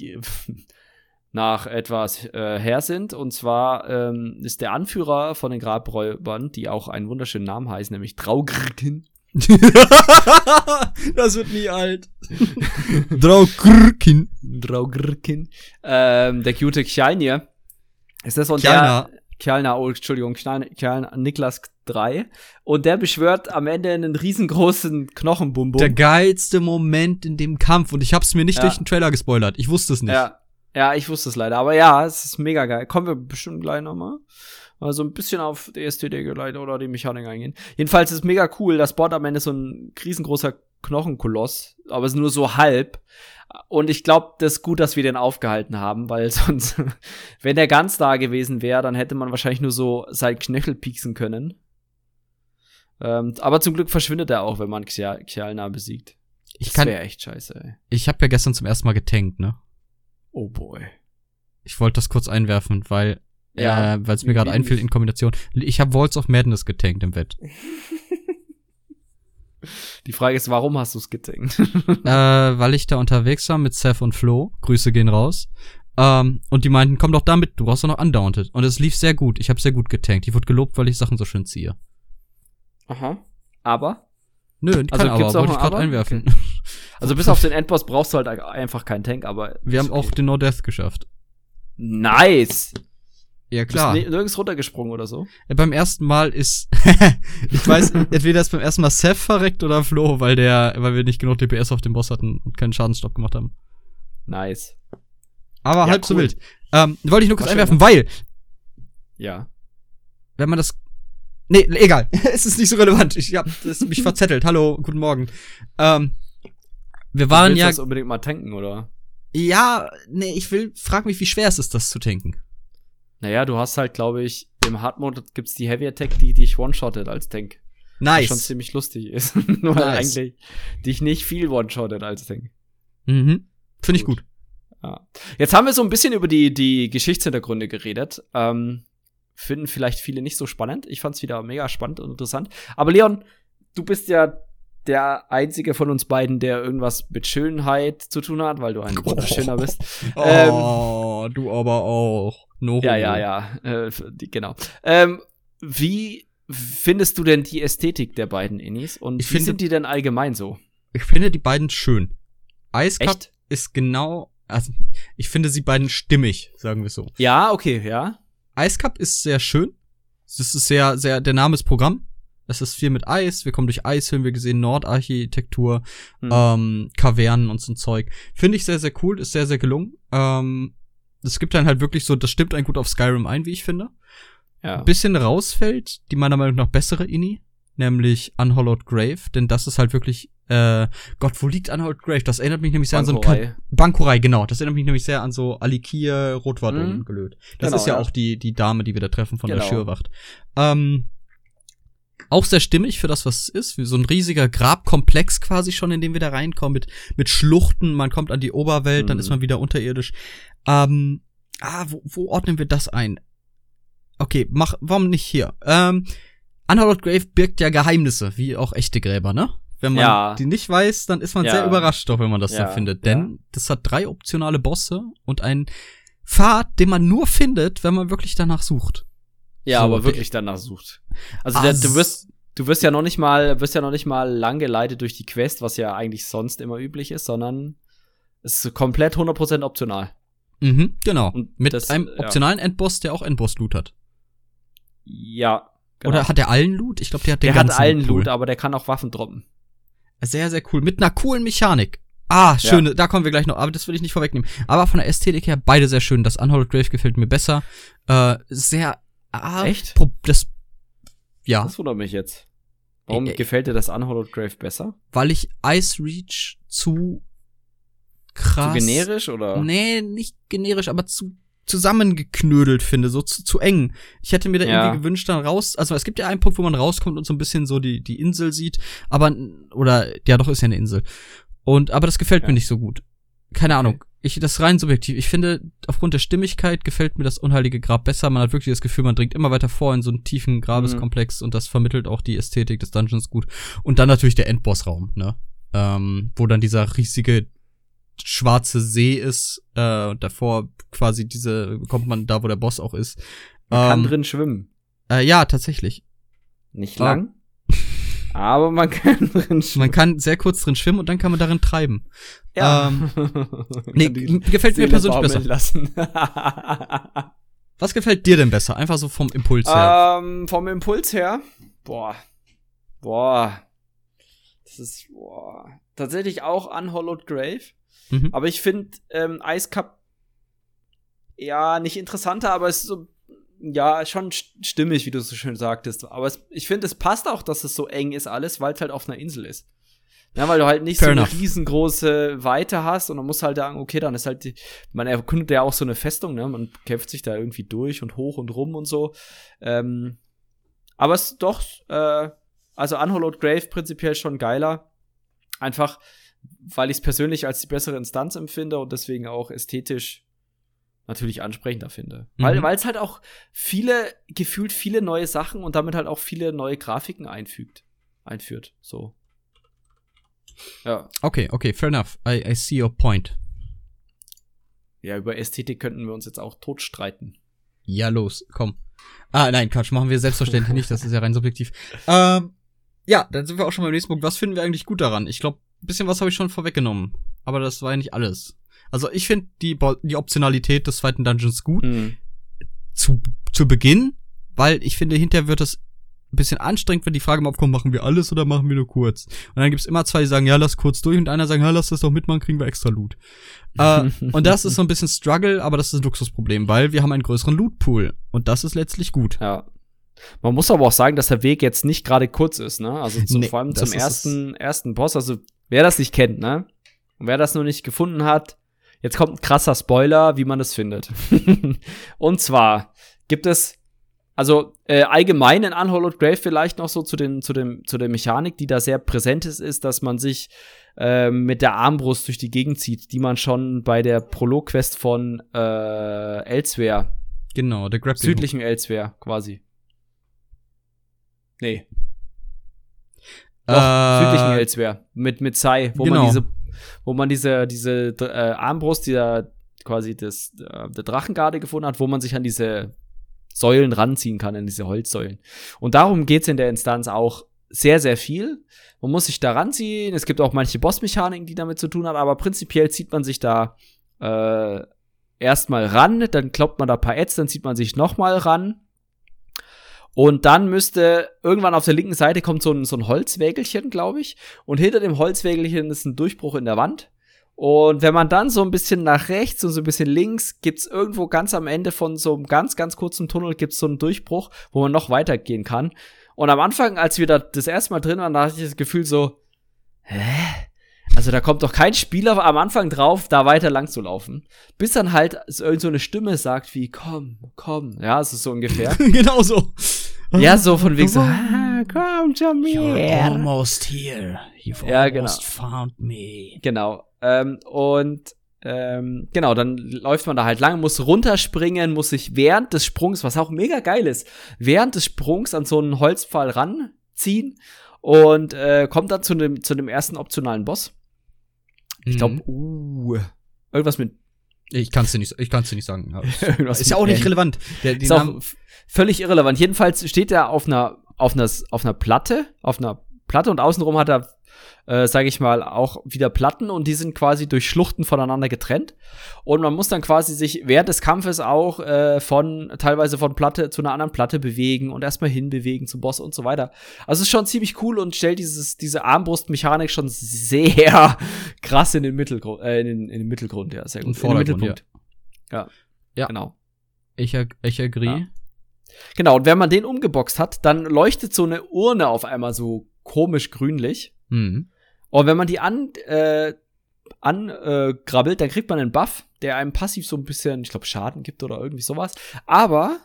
S2: nach etwas äh, her sind. Und zwar ähm, ist der Anführer von den Grabräubern, die auch einen wunderschönen Namen heißen, nämlich Draugurkin.
S1: Das wird nie alt. Draugurkin.
S2: Draugurkin. Ähm, der gute Kjalnir. Ist das und
S1: Kjalnar.
S2: der Kjalnar, oh, Entschuldigung, Kjalnar, Niklas drei. Und der beschwört am Ende einen riesengroßen Knochenbumbum.
S1: Der geilste Moment in dem Kampf. Und ich hab's mir nicht
S2: Ja.
S1: durch den Trailer gespoilert. Ich wusste es nicht.
S2: Ja, ja, ich wusste es leider. Aber ja, es ist mega geil. Kommen wir bestimmt gleich nochmal. Also ein bisschen auf die Ästhetik leider oder die Mechanik eingehen. Jedenfalls ist es mega cool. Das Board am Ende ist so ein riesengroßer Knochenkoloss. Aber es ist nur so halb. Und ich glaube, das ist gut, dass wir den aufgehalten haben, weil sonst, wenn der ganz da gewesen wäre, dann hätte man wahrscheinlich nur so sein Knöchel pieksen können. Ähm, aber zum Glück verschwindet er auch, wenn man Kjal- Kjalnar besiegt.
S1: Ich
S2: Das
S1: kann,
S2: wäre echt scheiße, ey.
S1: ich habe ja gestern zum ersten Mal getankt, ne?
S2: Oh boy.
S1: Ich wollte das kurz einwerfen, weil
S2: Ja.
S1: äh, weil es mir gerade
S2: Wie
S1: einfiel
S2: nicht?
S1: in Kombination. Ich habe Walls of Madness getankt im Bett.
S2: Die Frage ist, warum hast du es getankt?
S1: äh, weil ich da unterwegs war mit Seth und Flo. Grüße gehen raus. Ähm, und die meinten, komm doch damit, du brauchst doch noch Undaunted. Und es lief sehr gut. Ich habe sehr gut getankt. Ich wurde gelobt, weil ich Sachen so schön ziehe.
S2: Aha. Aber?
S1: Nö,
S2: Also
S1: kann aber,
S2: gibt's auch
S1: wollte
S2: ein
S1: ich gerade
S2: Aber?
S1: einwerfen.
S2: Okay. Also bis auf den Endboss brauchst du halt einfach keinen Tank, aber
S1: Wir haben
S2: ist
S1: auch
S2: okay.
S1: den No Death geschafft.
S2: Nice!
S1: Ja,
S2: Du
S1: klar.
S2: bist ni- nirgends runtergesprungen oder so?
S1: Ja, beim ersten Mal ist, ich weiß, entweder ist beim ersten Mal Seth verreckt oder Flo, weil der, weil wir nicht genug D P S auf dem Boss hatten und keinen Schadensstopp gemacht haben.
S2: Nice.
S1: Aber
S2: Ja,
S1: halb so
S2: cool.
S1: wild. Ähm, wollte ich nur kurz
S2: War schön,
S1: einwerfen,
S2: ne?
S1: weil,
S2: Ja.
S1: wenn man das, nee, egal, es ist nicht so relevant. Ich hab das, mich verzettelt. Hallo, guten Morgen. Ähm, wir waren
S2: du willst
S1: ja,
S2: das unbedingt mal tanken, oder?
S1: ja, nee, ich will, frag mich, wie schwer es ist, das zu tanken.
S2: Naja, du hast halt, glaube ich, im Hard-Mode gibt's die Heavy Attack, die dich one-shottet als Tank. Was schon
S1: Nice.
S2: ziemlich lustig ist. Nur
S1: Nice.
S2: eigentlich dich nicht viel one-shottet als Tank.
S1: Mhm. Finde ich
S2: Gut.
S1: gut.
S2: Ja. Jetzt haben wir so ein bisschen über die, die Geschichtshintergründe geredet. Ähm, finden vielleicht viele nicht so spannend. Ich fand's wieder mega spannend und interessant. Aber Leon, du bist ja der einzige von uns beiden, der irgendwas mit Schönheit zu tun hat, weil du ein wunderschöner bist. Ähm,
S1: Oh, du aber auch. No
S2: Ja,
S1: homo.
S2: ja, ja, äh, die, genau. Ähm, wie findest du denn die Ästhetik der beiden Innis und
S1: Ich
S2: wie
S1: finde-
S2: sind die denn allgemein so?
S1: Ich finde die beiden schön. Ice Cup
S2: Echt?
S1: ist genau, also ich finde sie beiden stimmig, sagen wir so.
S2: Ja, okay, ja.
S1: Ice Cup ist sehr schön. Es ist sehr, sehr, der Name ist Programm. Es ist viel mit Eis. Wir kommen durch Eishöhlen, wir gesehen Nordarchitektur,
S2: Hm.
S1: ähm, Kavernen und so ein Zeug. Finde ich sehr, sehr cool, ist sehr, sehr gelungen. Ähm, es gibt dann halt wirklich so, das stimmt einen gut auf Skyrim ein, wie ich finde.
S2: ja.
S1: Ein bisschen rausfällt die meiner Meinung nach bessere Inni, nämlich Unhallowed Grave, denn das ist halt wirklich, äh, Gott, wo liegt Unhallowed Grave? Das erinnert mich nämlich sehr an so ein
S2: Bankorei.
S1: Ka- Bankorei, genau. Das erinnert mich nämlich sehr an so Alikir, Rotwadon
S2: Mhm.
S1: gelöt. Das
S2: Genau,
S1: ist ja,
S2: ja.
S1: auch die, die Dame, die wir da treffen von
S2: Genau.
S1: der Schürwacht. Ähm, auch sehr stimmig für das, was es ist. Wie so ein riesiger Grabkomplex quasi schon, in dem wir da reinkommen, mit, mit Schluchten. Man kommt an die Oberwelt, dann
S2: Mhm.
S1: ist man wieder unterirdisch. Ähm, ah, wo, wo ordnen wir das ein? Okay, mach, warum nicht hier? Ähm, Unhallowed Grave birgt ja Geheimnisse, wie auch echte Gräber, ne? Wenn man
S2: Ja.
S1: die nicht weiß, dann ist man
S2: Ja.
S1: sehr überrascht, doch, wenn man das
S2: Ja,
S1: so findet.
S2: ja.
S1: Denn das hat drei optionale Bosse und einen Pfad, den man nur findet, wenn man wirklich danach sucht.
S2: Ja,
S1: So,
S2: aber
S1: der-
S2: wirklich danach sucht. Also
S1: Ah,
S2: der, du
S1: s-
S2: wirst du wirst ja noch nicht mal wirst ja noch nicht mal lang geleitet durch die Quest, was ja eigentlich sonst immer üblich ist, sondern es ist komplett hundert Prozent optional.
S1: Mhm, genau.
S2: Und
S1: Mit
S2: das,
S1: einem
S2: ja.
S1: optionalen Endboss, der auch Endboss-Loot hat.
S2: Ja, genau.
S1: Oder hat der allen Loot? Ich glaube, der hat den
S2: der hat
S1: ganzen
S2: allen
S1: Pool.
S2: Loot, aber der kann auch Waffen droppen.
S1: Sehr, sehr cool. Mit einer coolen Mechanik. Ah, schöne, da kommen wir gleich noch, aber das will ich nicht vorwegnehmen. Aber von der Ästhetik her, beide sehr schön. Das Unhallowed Grave gefällt mir besser. Äh, sehr, ah,
S2: Echt?
S1: Pro, das, ja,
S2: Das wundert mich jetzt. Warum
S1: Äh, äh.
S2: gefällt dir das Unhallowed Grave besser?
S1: weil ich Ice Reach zu krass.
S2: Zu generisch oder?
S1: Nee, nicht generisch, aber zu zusammengeknödelt finde, so zu, zu eng. Ich hätte mir da
S2: Ja.
S1: irgendwie gewünscht, dann raus, also es gibt ja einen Punkt, wo man rauskommt und so ein bisschen so die, die Insel sieht, aber, oder, ja doch, ist ja eine Insel. Und, aber das gefällt
S2: Ja.
S1: mir nicht so gut. Keine
S2: Okay.
S1: Ahnung. ich, das ist rein subjektiv. Ich finde, aufgrund der Stimmigkeit gefällt mir das Unheilige Grab besser. Man hat wirklich das Gefühl, man dringt immer weiter vor in so einen tiefen Grabeskomplex mhm. und das vermittelt auch die Ästhetik des Dungeons gut. Und dann natürlich der Endbossraum, ne? Ähm, wo dann dieser riesige schwarze See ist, äh, und davor quasi diese, kommt man da, wo der Boss auch ist.
S2: Man
S1: ähm,
S2: kann drin schwimmen.
S1: Äh, ja, tatsächlich.
S2: Nicht lang. Aber man kann drin schwimmen.
S1: Man kann sehr kurz drin schwimmen und dann kann man darin treiben.
S2: Ja.
S1: Ähm, nee, gefällt mir persönlich besser.
S2: Lassen.
S1: Was gefällt dir denn besser? Einfach so vom Impuls her.
S2: Ähm, vom Impuls her? Boah. Boah. Das ist, boah. Tatsächlich auch Unhallowed Grave. Mhm. Aber ich finde ähm, Ice Cup ja nicht interessanter, aber es ist so ja, schon stimmig, wie du so schön sagtest. Aber es, ich finde, es passt auch, dass es so eng ist alles, weil es halt auf einer Insel ist. Ja, weil du halt nicht Fair so enough. Eine riesengroße Weite hast und man muss halt sagen, okay, dann ist halt die, man erkundet ja auch so eine Festung, ne? Man kämpft sich da irgendwie durch und hoch und rum und so. Ähm, aber es ist doch, äh, also Unhallowed Grave prinzipiell schon geiler. Einfach, weil ich es persönlich als die bessere Instanz empfinde und deswegen auch ästhetisch natürlich ansprechender finde. Mhm. Weil weil es halt auch viele, gefühlt viele neue Sachen und damit halt auch viele neue Grafiken einfügt, einführt, so. Ja.
S1: Okay, okay, fair enough. I, I see your point.
S2: Ja, über Ästhetik könnten wir uns jetzt auch totstreiten.
S1: Ja, los, komm. Ah, nein, Quatsch, machen wir selbstverständlich nicht, das ist ja rein subjektiv. Ähm, ja, dann sind wir auch schon beim nächsten Punkt. Was finden wir eigentlich gut daran? Ich glaube, ein bisschen was habe ich schon vorweggenommen, aber das war ja nicht alles. Also ich finde die, Bo- die Optionalität des zweiten Dungeons gut. Mhm. Zu, zu Beginn, weil ich finde, hinterher wird es ein bisschen anstrengend, wenn die Frage mal aufkommt, machen wir alles oder machen wir nur kurz? Und dann gibt's immer zwei, die sagen, ja, lass kurz durch und einer sagen, ja, lass das doch mitmachen, kriegen wir extra Loot. äh, und das ist so ein bisschen Struggle, aber das ist ein Luxusproblem, weil wir haben einen größeren Loot-Pool und das ist letztlich gut.
S2: Ja. Man muss aber auch sagen, dass der Weg jetzt nicht gerade kurz ist, ne? Also zum, nee, vor allem zum ersten, ersten Boss, also wer das nicht kennt, ne? Und wer das noch nicht gefunden hat, jetzt kommt ein krasser Spoiler, wie man das findet. Und zwar gibt es, also äh, allgemein in Unhallowed Grave vielleicht noch so zu, den, zu, dem, zu der Mechanik, die da sehr präsent ist, ist, dass man sich äh, mit der Armbrust durch die Gegend zieht, die man schon bei der Prolog-Quest von äh, Elsewhere,
S1: genau, der Grappling
S2: südlichen Elsewhere quasi. Nee. Doch, äh, südlichen Elsewhere mit, mit Sai, wo genau. man diese wo man diese, diese äh, Armbrust, die da quasi das, äh, der Drachengarde gefunden hat, wo man sich an diese Säulen ranziehen kann, an diese Holzsäulen. Und darum geht's in der Instanz auch sehr, sehr viel. Man muss sich da ranziehen. Es gibt auch manche Bossmechaniken, die damit zu tun haben, aber prinzipiell zieht man sich da äh, erstmal ran, dann kloppt man da ein paar Ads, dann zieht man sich nochmal ran. Und dann müsste irgendwann auf der linken Seite kommt so ein, so ein Holzwägelchen, glaube ich. Und hinter dem Holzwägelchen ist ein Durchbruch in der Wand. Und wenn man dann so ein bisschen nach rechts und so ein bisschen links, gibt's irgendwo ganz am Ende von so einem ganz, ganz kurzen Tunnel gibt's so einen Durchbruch, wo man noch weitergehen kann. Und am Anfang, als wir da das erste Mal drin waren, da hatte ich das Gefühl so, hä? Also da kommt doch kein Spieler am Anfang drauf, da weiter lang zu laufen. Bis dann halt so irgend so eine Stimme sagt wie, komm, komm. Ja, es ist so ungefähr.
S1: Genau so.
S2: Ja, so von wegen so, ah, komm, komm
S1: You're almost here. You've
S2: ja,
S1: almost
S2: genau.
S1: found me.
S2: Genau. Ähm, und ähm, genau, dann läuft man da halt lang, muss runterspringen, muss sich während des Sprungs, was auch mega geil ist, während des Sprungs an so einen Holzpfahl ranziehen und äh, kommt dann zu dem, zu dem ersten optionalen Boss. Ich glaube,
S1: Mhm.
S2: uh, irgendwas mit
S1: Ich kann's dir nicht, ich kann's dir nicht sagen. Ja,
S2: irgendwas
S1: ist ja
S2: mit
S1: auch nicht
S2: N.
S1: relevant. Der, die
S2: Ist auch
S1: Namen,
S2: f- völlig irrelevant. Jedenfalls steht er auf einer auf einer auf einer Platte, auf einer Platte und außenrum hat er, äh, sage ich mal, auch wieder Platten und die sind quasi durch Schluchten voneinander getrennt und man muss dann quasi sich während des Kampfes auch äh, von teilweise von Platte zu einer anderen Platte bewegen und erstmal hinbewegen zum Boss und so weiter. Also es ist schon ziemlich cool und stellt dieses diese Armbrustmechanik schon sehr krass in den Mittelgrund, äh, in, den, in den Mittelgrund, ja, sehr gut.
S1: In den Mittelpunkt,
S2: Ja. ja,
S1: Ja.
S2: genau.
S1: ich, ag- ich agree.
S2: Ja. Genau, und wenn man den umgeboxt hat, dann leuchtet so eine Urne auf einmal so komisch grünlich.
S1: Mhm.
S2: Und wenn man die an, äh, an äh, grabbelt, dann kriegt man einen Buff, der einem passiv so ein bisschen, ich glaube, Schaden gibt oder irgendwie sowas. Aber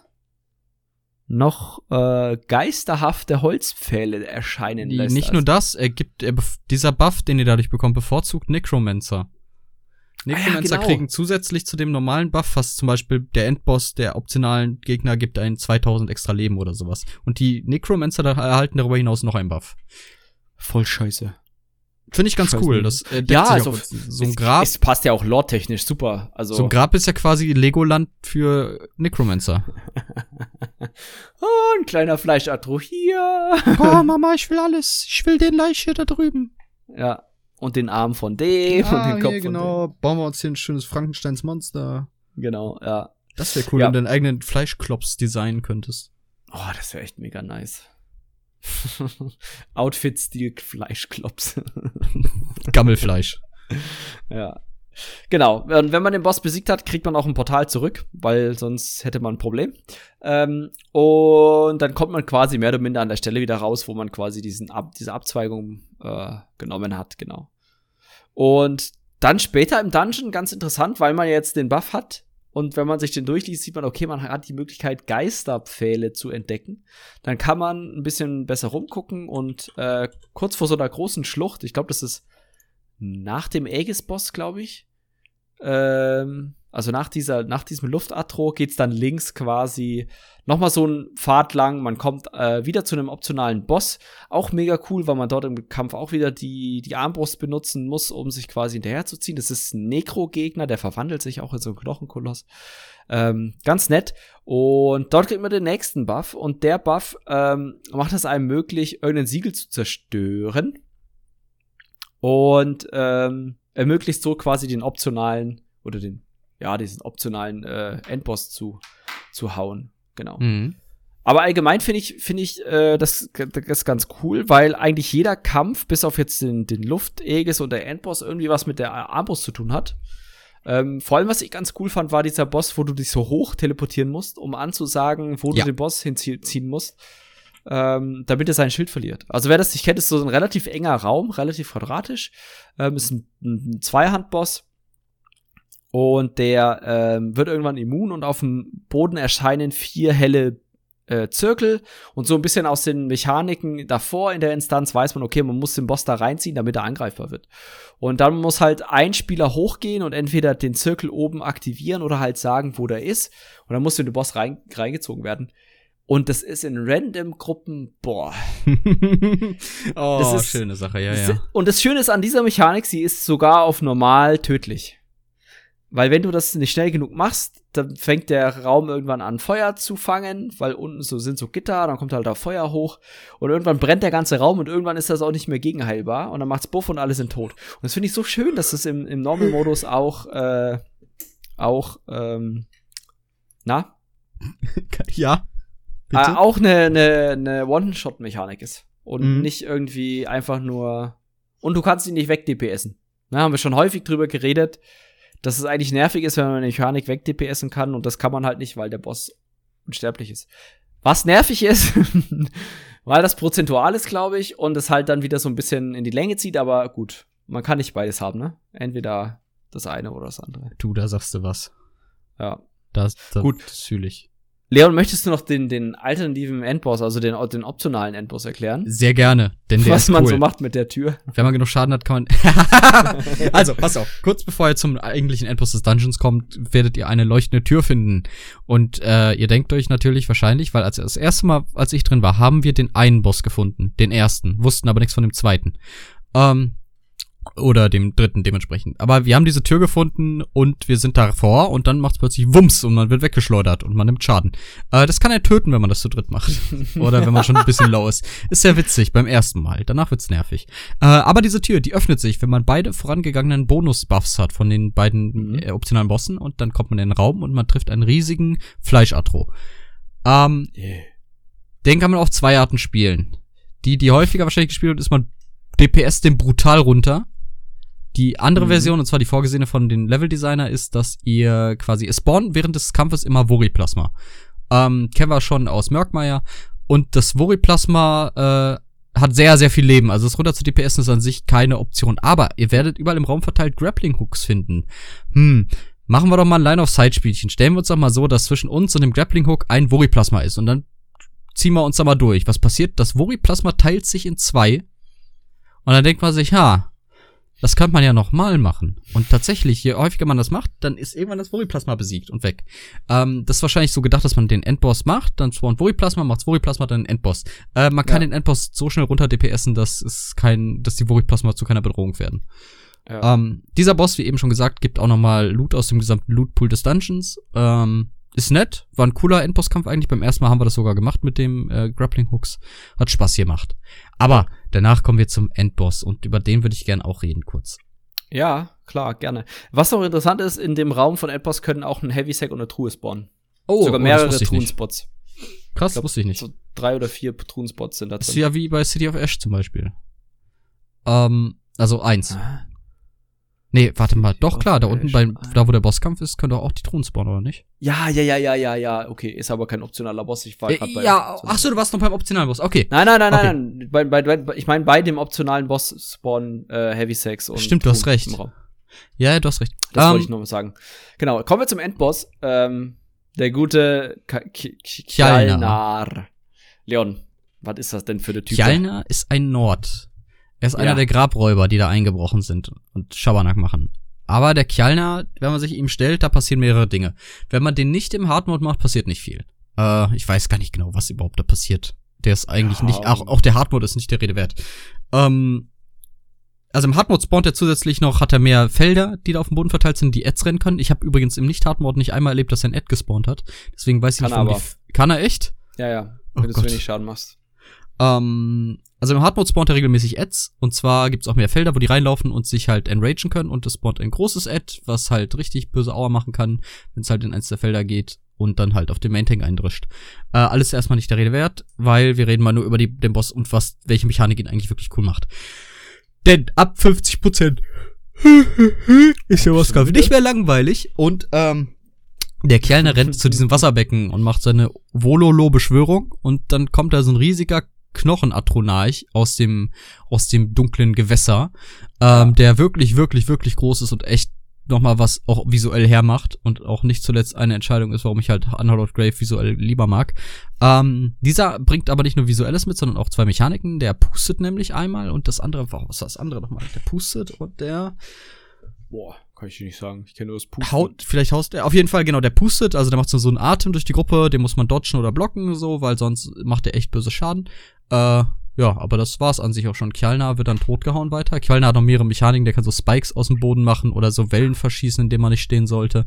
S2: noch äh, geisterhafte Holzpfähle erscheinen
S1: Die,
S2: lässt.
S1: nicht nur das, er gibt, er, bef- dieser Buff, den ihr dadurch bekommt, bevorzugt Necromancer. Necromancer
S2: ah, ja, genau.
S1: kriegen zusätzlich zu dem normalen Buff, was zum Beispiel der Endboss der optionalen Gegner gibt, einen zweitausend extra Leben oder sowas. Und die Necromancer da erhalten darüber hinaus noch einen Buff.
S2: Voll scheiße.
S1: Finde ich ganz Scheiße. cool. Das äh,
S2: ja, also
S1: auch so ein Grab.
S2: Es passt ja auch lore-technisch super. Also
S1: so ein Grab ist ja quasi Legoland für Necromancer.
S2: Oh, ein kleiner Fleischatro hier.
S1: Oh, Mama, ich will alles. Ich will den Leiche da drüben.
S2: Ja. Und den Arm von dem
S1: ah,
S2: und den Kopf
S1: hier,
S2: von
S1: genau.
S2: dem.
S1: Bauen wir uns hier ein schönes Frankensteins Monster.
S2: Genau, ja.
S1: Das wäre cool,
S2: ja.
S1: wenn du deinen eigenen Fleischklops designen könntest.
S2: Oh, das wäre echt mega nice. Outfit-Stil Fleischklops.
S1: Gammelfleisch.
S2: Ja. Genau. Und wenn man den Boss besiegt hat, kriegt man auch ein Portal zurück, weil sonst hätte man ein Problem. Ähm, und dann kommt man quasi mehr oder minder an der Stelle wieder raus, wo man quasi diesen Ab- diese Abzweigung äh, genommen hat, genau. Und dann später im Dungeon, ganz interessant, weil man jetzt den Buff hat. Und wenn man sich den durchliest, sieht man, okay, man hat die Möglichkeit, Geisterpfähle zu entdecken. Dann kann man ein bisschen besser rumgucken und äh, kurz vor so einer großen Schlucht, ich glaube, das ist nach dem Aegis-Boss, glaube ich, ähm, also nach dieser, nach diesem Luftatro geht's dann links quasi noch mal so einen Pfad lang. Man kommt äh, wieder zu einem optionalen Boss. Auch mega cool, weil man dort im Kampf auch wieder die, die Armbrust benutzen muss, um sich quasi hinterherzuziehen. Das ist ein Nekro-Gegner, der verwandelt sich auch in so einen Knochenkoloss. Ähm, ganz nett. Und dort kriegt man den nächsten Buff. Und der Buff ähm, macht es einem möglich, irgendein Siegel zu zerstören. Und ähm, ermöglicht so quasi den optionalen, oder den ja, diesen optionalen äh, Endboss zu, zu hauen. Genau.
S1: Mhm.
S2: Aber allgemein finde ich, finde ich äh, das, das ganz cool, weil eigentlich jeder Kampf, bis auf jetzt den, den Luft-Aegis und der Endboss, irgendwie was mit der Armbrust zu tun hat. Ähm, vor allem, was ich ganz cool fand, war dieser Boss, wo du dich so hoch teleportieren musst, um anzusagen, wo
S1: ja.
S2: du den Boss hinziehen musst, ähm, damit er sein Schild verliert. Also wer das nicht kennt, ist so ein relativ enger Raum, relativ quadratisch. Ähm, ist ein, ein Zweihandboss. Und der ähm, wird irgendwann immun und auf dem Boden erscheinen vier helle äh, Zirkel. Und so ein bisschen aus den Mechaniken davor in der Instanz weiß man, okay, man muss den Boss da reinziehen, damit er angreifbar wird. Und dann muss halt ein Spieler hochgehen und entweder den Zirkel oben aktivieren oder halt sagen, wo der ist. Und dann muss in den Boss rein, reingezogen werden. Und das ist in Random-Gruppen, boah.
S1: Oh,
S2: das ist,
S1: schöne Sache, ja, ja.
S2: Und das Schöne ist an dieser Mechanik, sie ist sogar auf normal tödlich. Weil wenn du das nicht schnell genug machst, dann fängt der Raum irgendwann an, Feuer zu fangen, weil unten so sind so Gitter, dann kommt halt da Feuer hoch und irgendwann brennt der ganze Raum und irgendwann ist das auch nicht mehr gegenheilbar und dann macht's Buff und alle sind tot. Und das finde ich so schön, dass das im, im Normal-Modus auch, äh, auch, ähm, na?
S1: Ja.
S2: Äh, auch eine, eine, eine One-Shot-Mechanik ist. Und
S1: mhm.
S2: nicht irgendwie einfach nur, und du kannst ihn nicht weg-DPSen. Da haben wir schon häufig drüber geredet, dass es eigentlich nervig ist, wenn man eine Mechanik weg-D P S en kann und das kann man halt nicht, weil der Boss unsterblich ist. Was nervig ist, weil das prozentual ist, glaube ich, und es halt dann wieder so ein bisschen in die Länge zieht, aber gut, man kann nicht beides haben, ne? Entweder das eine oder das andere.
S1: Du, da sagst du was.
S2: Ja.
S1: Das, das,
S2: gut.
S1: Das fühle ich.
S2: Leon, möchtest du noch den, den alternativen Endboss, also den, den optionalen Endboss erklären?
S1: Sehr gerne, denn der
S2: Was
S1: ist
S2: man
S1: cool.
S2: so macht mit der Tür.
S1: Wenn man genug Schaden hat, kann man Also, pass auf. Kurz bevor ihr zum eigentlichen Endboss des Dungeons kommt, werdet ihr eine leuchtende Tür finden. Und äh, ihr denkt euch natürlich wahrscheinlich, weil als das erste Mal, als ich drin war, haben wir den einen Boss gefunden, den ersten, wussten aber nichts von dem zweiten. Ähm, oder dem dritten dementsprechend. Aber wir haben diese Tür gefunden und wir sind davor und dann macht's plötzlich Wumms und man wird weggeschleudert und man nimmt Schaden. Äh, das kann er töten, wenn man das zu dritt macht. Oder wenn man schon ein bisschen low ist. Ist sehr witzig beim ersten Mal. Danach wird's nervig. Äh, aber diese Tür, die öffnet sich, wenn man beide vorangegangenen Bonus-Buffs hat von den beiden
S2: mhm.
S1: äh, optionalen Bossen und dann kommt man in den Raum und man trifft einen riesigen Fleischatro. Ähm, yeah. Den kann man auf zwei Arten spielen. Die, die häufiger wahrscheinlich gespielt wird, ist man D P S den brutal runter. Die andere mhm. Version, und zwar die vorgesehene von den Level-Designer, ist, dass ihr quasi, es spawnt während des Kampfes immer Vori-Plasma. Ähm, kennen wir schon aus Murkmire. Und das Vori-Plasma äh, hat sehr, sehr viel Leben. Also es runter zu D P S ist an sich keine Option. Aber ihr werdet überall im Raum verteilt Grappling-Hooks finden. Hm, machen wir doch mal ein Line-of-Sight-Spielchen. Stellen wir uns doch mal so, dass zwischen uns und dem Grappling-Hook ein Vori-Plasma ist. Und dann ziehen wir uns da mal durch. Was passiert? Das Vori-Plasma teilt sich in zwei. Und dann denkt man sich, ha, das könnte man ja nochmal machen. Und tatsächlich, je häufiger man das macht, dann ist irgendwann das Vori-Plasma besiegt und weg. Ähm, das ist wahrscheinlich so gedacht, dass man den Endboss macht, dann spawnt Vori-Plasma, macht's Vori-Plasma, dann Endboss. Äh, man kann ja. den Endboss so schnell runter DPSen, dass es kein, dass die Vori-Plasma zu keiner Bedrohung werden. Ja. Ähm, dieser Boss, wie eben schon gesagt, gibt auch nochmal Loot aus dem gesamten Loot-Pool des Dungeons. Ähm, ist nett, war ein cooler Endbosskampf eigentlich. Beim ersten Mal haben wir das sogar gemacht mit dem äh, Grappling-Hooks. Hat Spaß gemacht. Aber danach kommen wir zum Endboss und über den würde ich gerne auch reden kurz.
S2: Ja, klar, gerne. Was noch interessant ist, in dem Raum von Endboss können auch ein Heavy-Sack und eine Truhe spawnen.
S1: Oh,
S2: sogar
S1: oh,
S2: mehrere Truhen-Spots.
S1: Krass, glaub, wusste ich nicht.
S2: So drei oder vier Truhen-Spots sind da drin.
S1: Das ist ja wie bei City of Ash zum Beispiel. Ähm, also eins. Ah. Nee, warte mal, doch klar, da unten, bei, da wo der Bosskampf ist, können doch auch die Truhen spawnen, oder nicht?
S2: Ja, ja, ja, ja, ja, ja, okay, ist aber kein optionaler Boss, ich war
S1: äh,
S2: gerade bei...
S1: Ja, ach so, du warst noch beim optionalen Boss, okay.
S2: Nein, nein, nein,
S1: okay.
S2: nein, nein, bei, bei, bei, ich meine, bei dem optionalen Boss spawnen äh, Heavy Sacks und
S1: Stimmt, du hast recht. Ja, du hast recht.
S2: Das
S1: um,
S2: wollte ich nur mal sagen. Genau, kommen wir zum Endboss, ähm, der gute Kjalnar. Leon, was ist das denn für der Typ?
S1: Kjalnar ist ein Nord. Er ist
S2: Ja.
S1: einer der Grabräuber, die da eingebrochen sind und Schabernack machen. Aber der Kjalnar, wenn man sich ihm stellt, da passieren mehrere Dinge. Wenn man den nicht im Hardmode macht, passiert nicht viel. Äh, ich weiß gar nicht genau, was überhaupt da passiert. Der ist eigentlich
S2: Ja.
S1: nicht, auch, auch der Hardmode ist nicht der Rede wert. Ähm, also im Hardmode spawnt er zusätzlich noch, hat er mehr Felder, die da auf dem Boden verteilt sind, die Ads rennen können. Ich habe übrigens im Nicht-Hardmode nicht einmal erlebt, dass er ein Ad gespawnt hat. Deswegen weiß ich
S2: Kann
S1: nicht, warum
S2: aber.
S1: die F- Kann er echt?
S2: Ja, ja,
S1: Oh
S2: wenn du
S1: Gott.
S2: wenig Schaden machst.
S1: Ähm, also im Hardmode spawnt er regelmäßig Ads. Und zwar gibt's auch mehr Felder, wo die reinlaufen und sich halt enragen können. Und es spawnt ein großes Ad, was halt richtig böse Aua machen kann, wenn es halt in eins der Felder geht und dann halt auf den Main-Tank eindrischt. Äh, alles erstmal nicht der Rede wert, weil wir reden mal nur über die, den Boss und was, welche Mechanik ihn eigentlich wirklich cool macht. Denn ab fünfzig Prozent ist der Bosskampf nicht mehr langweilig und ähm, der Kjalnar rennt zu diesem Wasserbecken und macht seine Vololo-Beschwörung und dann kommt da so ein riesiger Knochenatronarch aus dem aus dem dunklen Gewässer, ähm, der wirklich, wirklich, wirklich groß ist und echt nochmal was auch visuell hermacht und auch nicht zuletzt eine Entscheidung ist, warum ich halt Unhallowed Grave visuell lieber mag. Ähm, dieser bringt aber nicht nur Visuelles mit, sondern auch zwei Mechaniken. Der pustet nämlich einmal und das andere, was ist das andere nochmal? Der pustet und der
S2: Boah, kann ich dir nicht sagen. Ich kenne nur das Pusten.
S1: Haut, vielleicht haust der, auf jeden Fall, genau, der pustet, also der macht so, so einen Atem durch die Gruppe, den muss man dodgen oder blocken, so, weil sonst macht der echt böse Schaden. Äh, ja, aber das war's an sich auch schon. Kjalnar wird dann totgehauen weiter. Kjalnar hat noch mehrere Mechaniken, der kann so Spikes aus dem Boden machen oder so Wellen verschießen, in denen man nicht stehen sollte.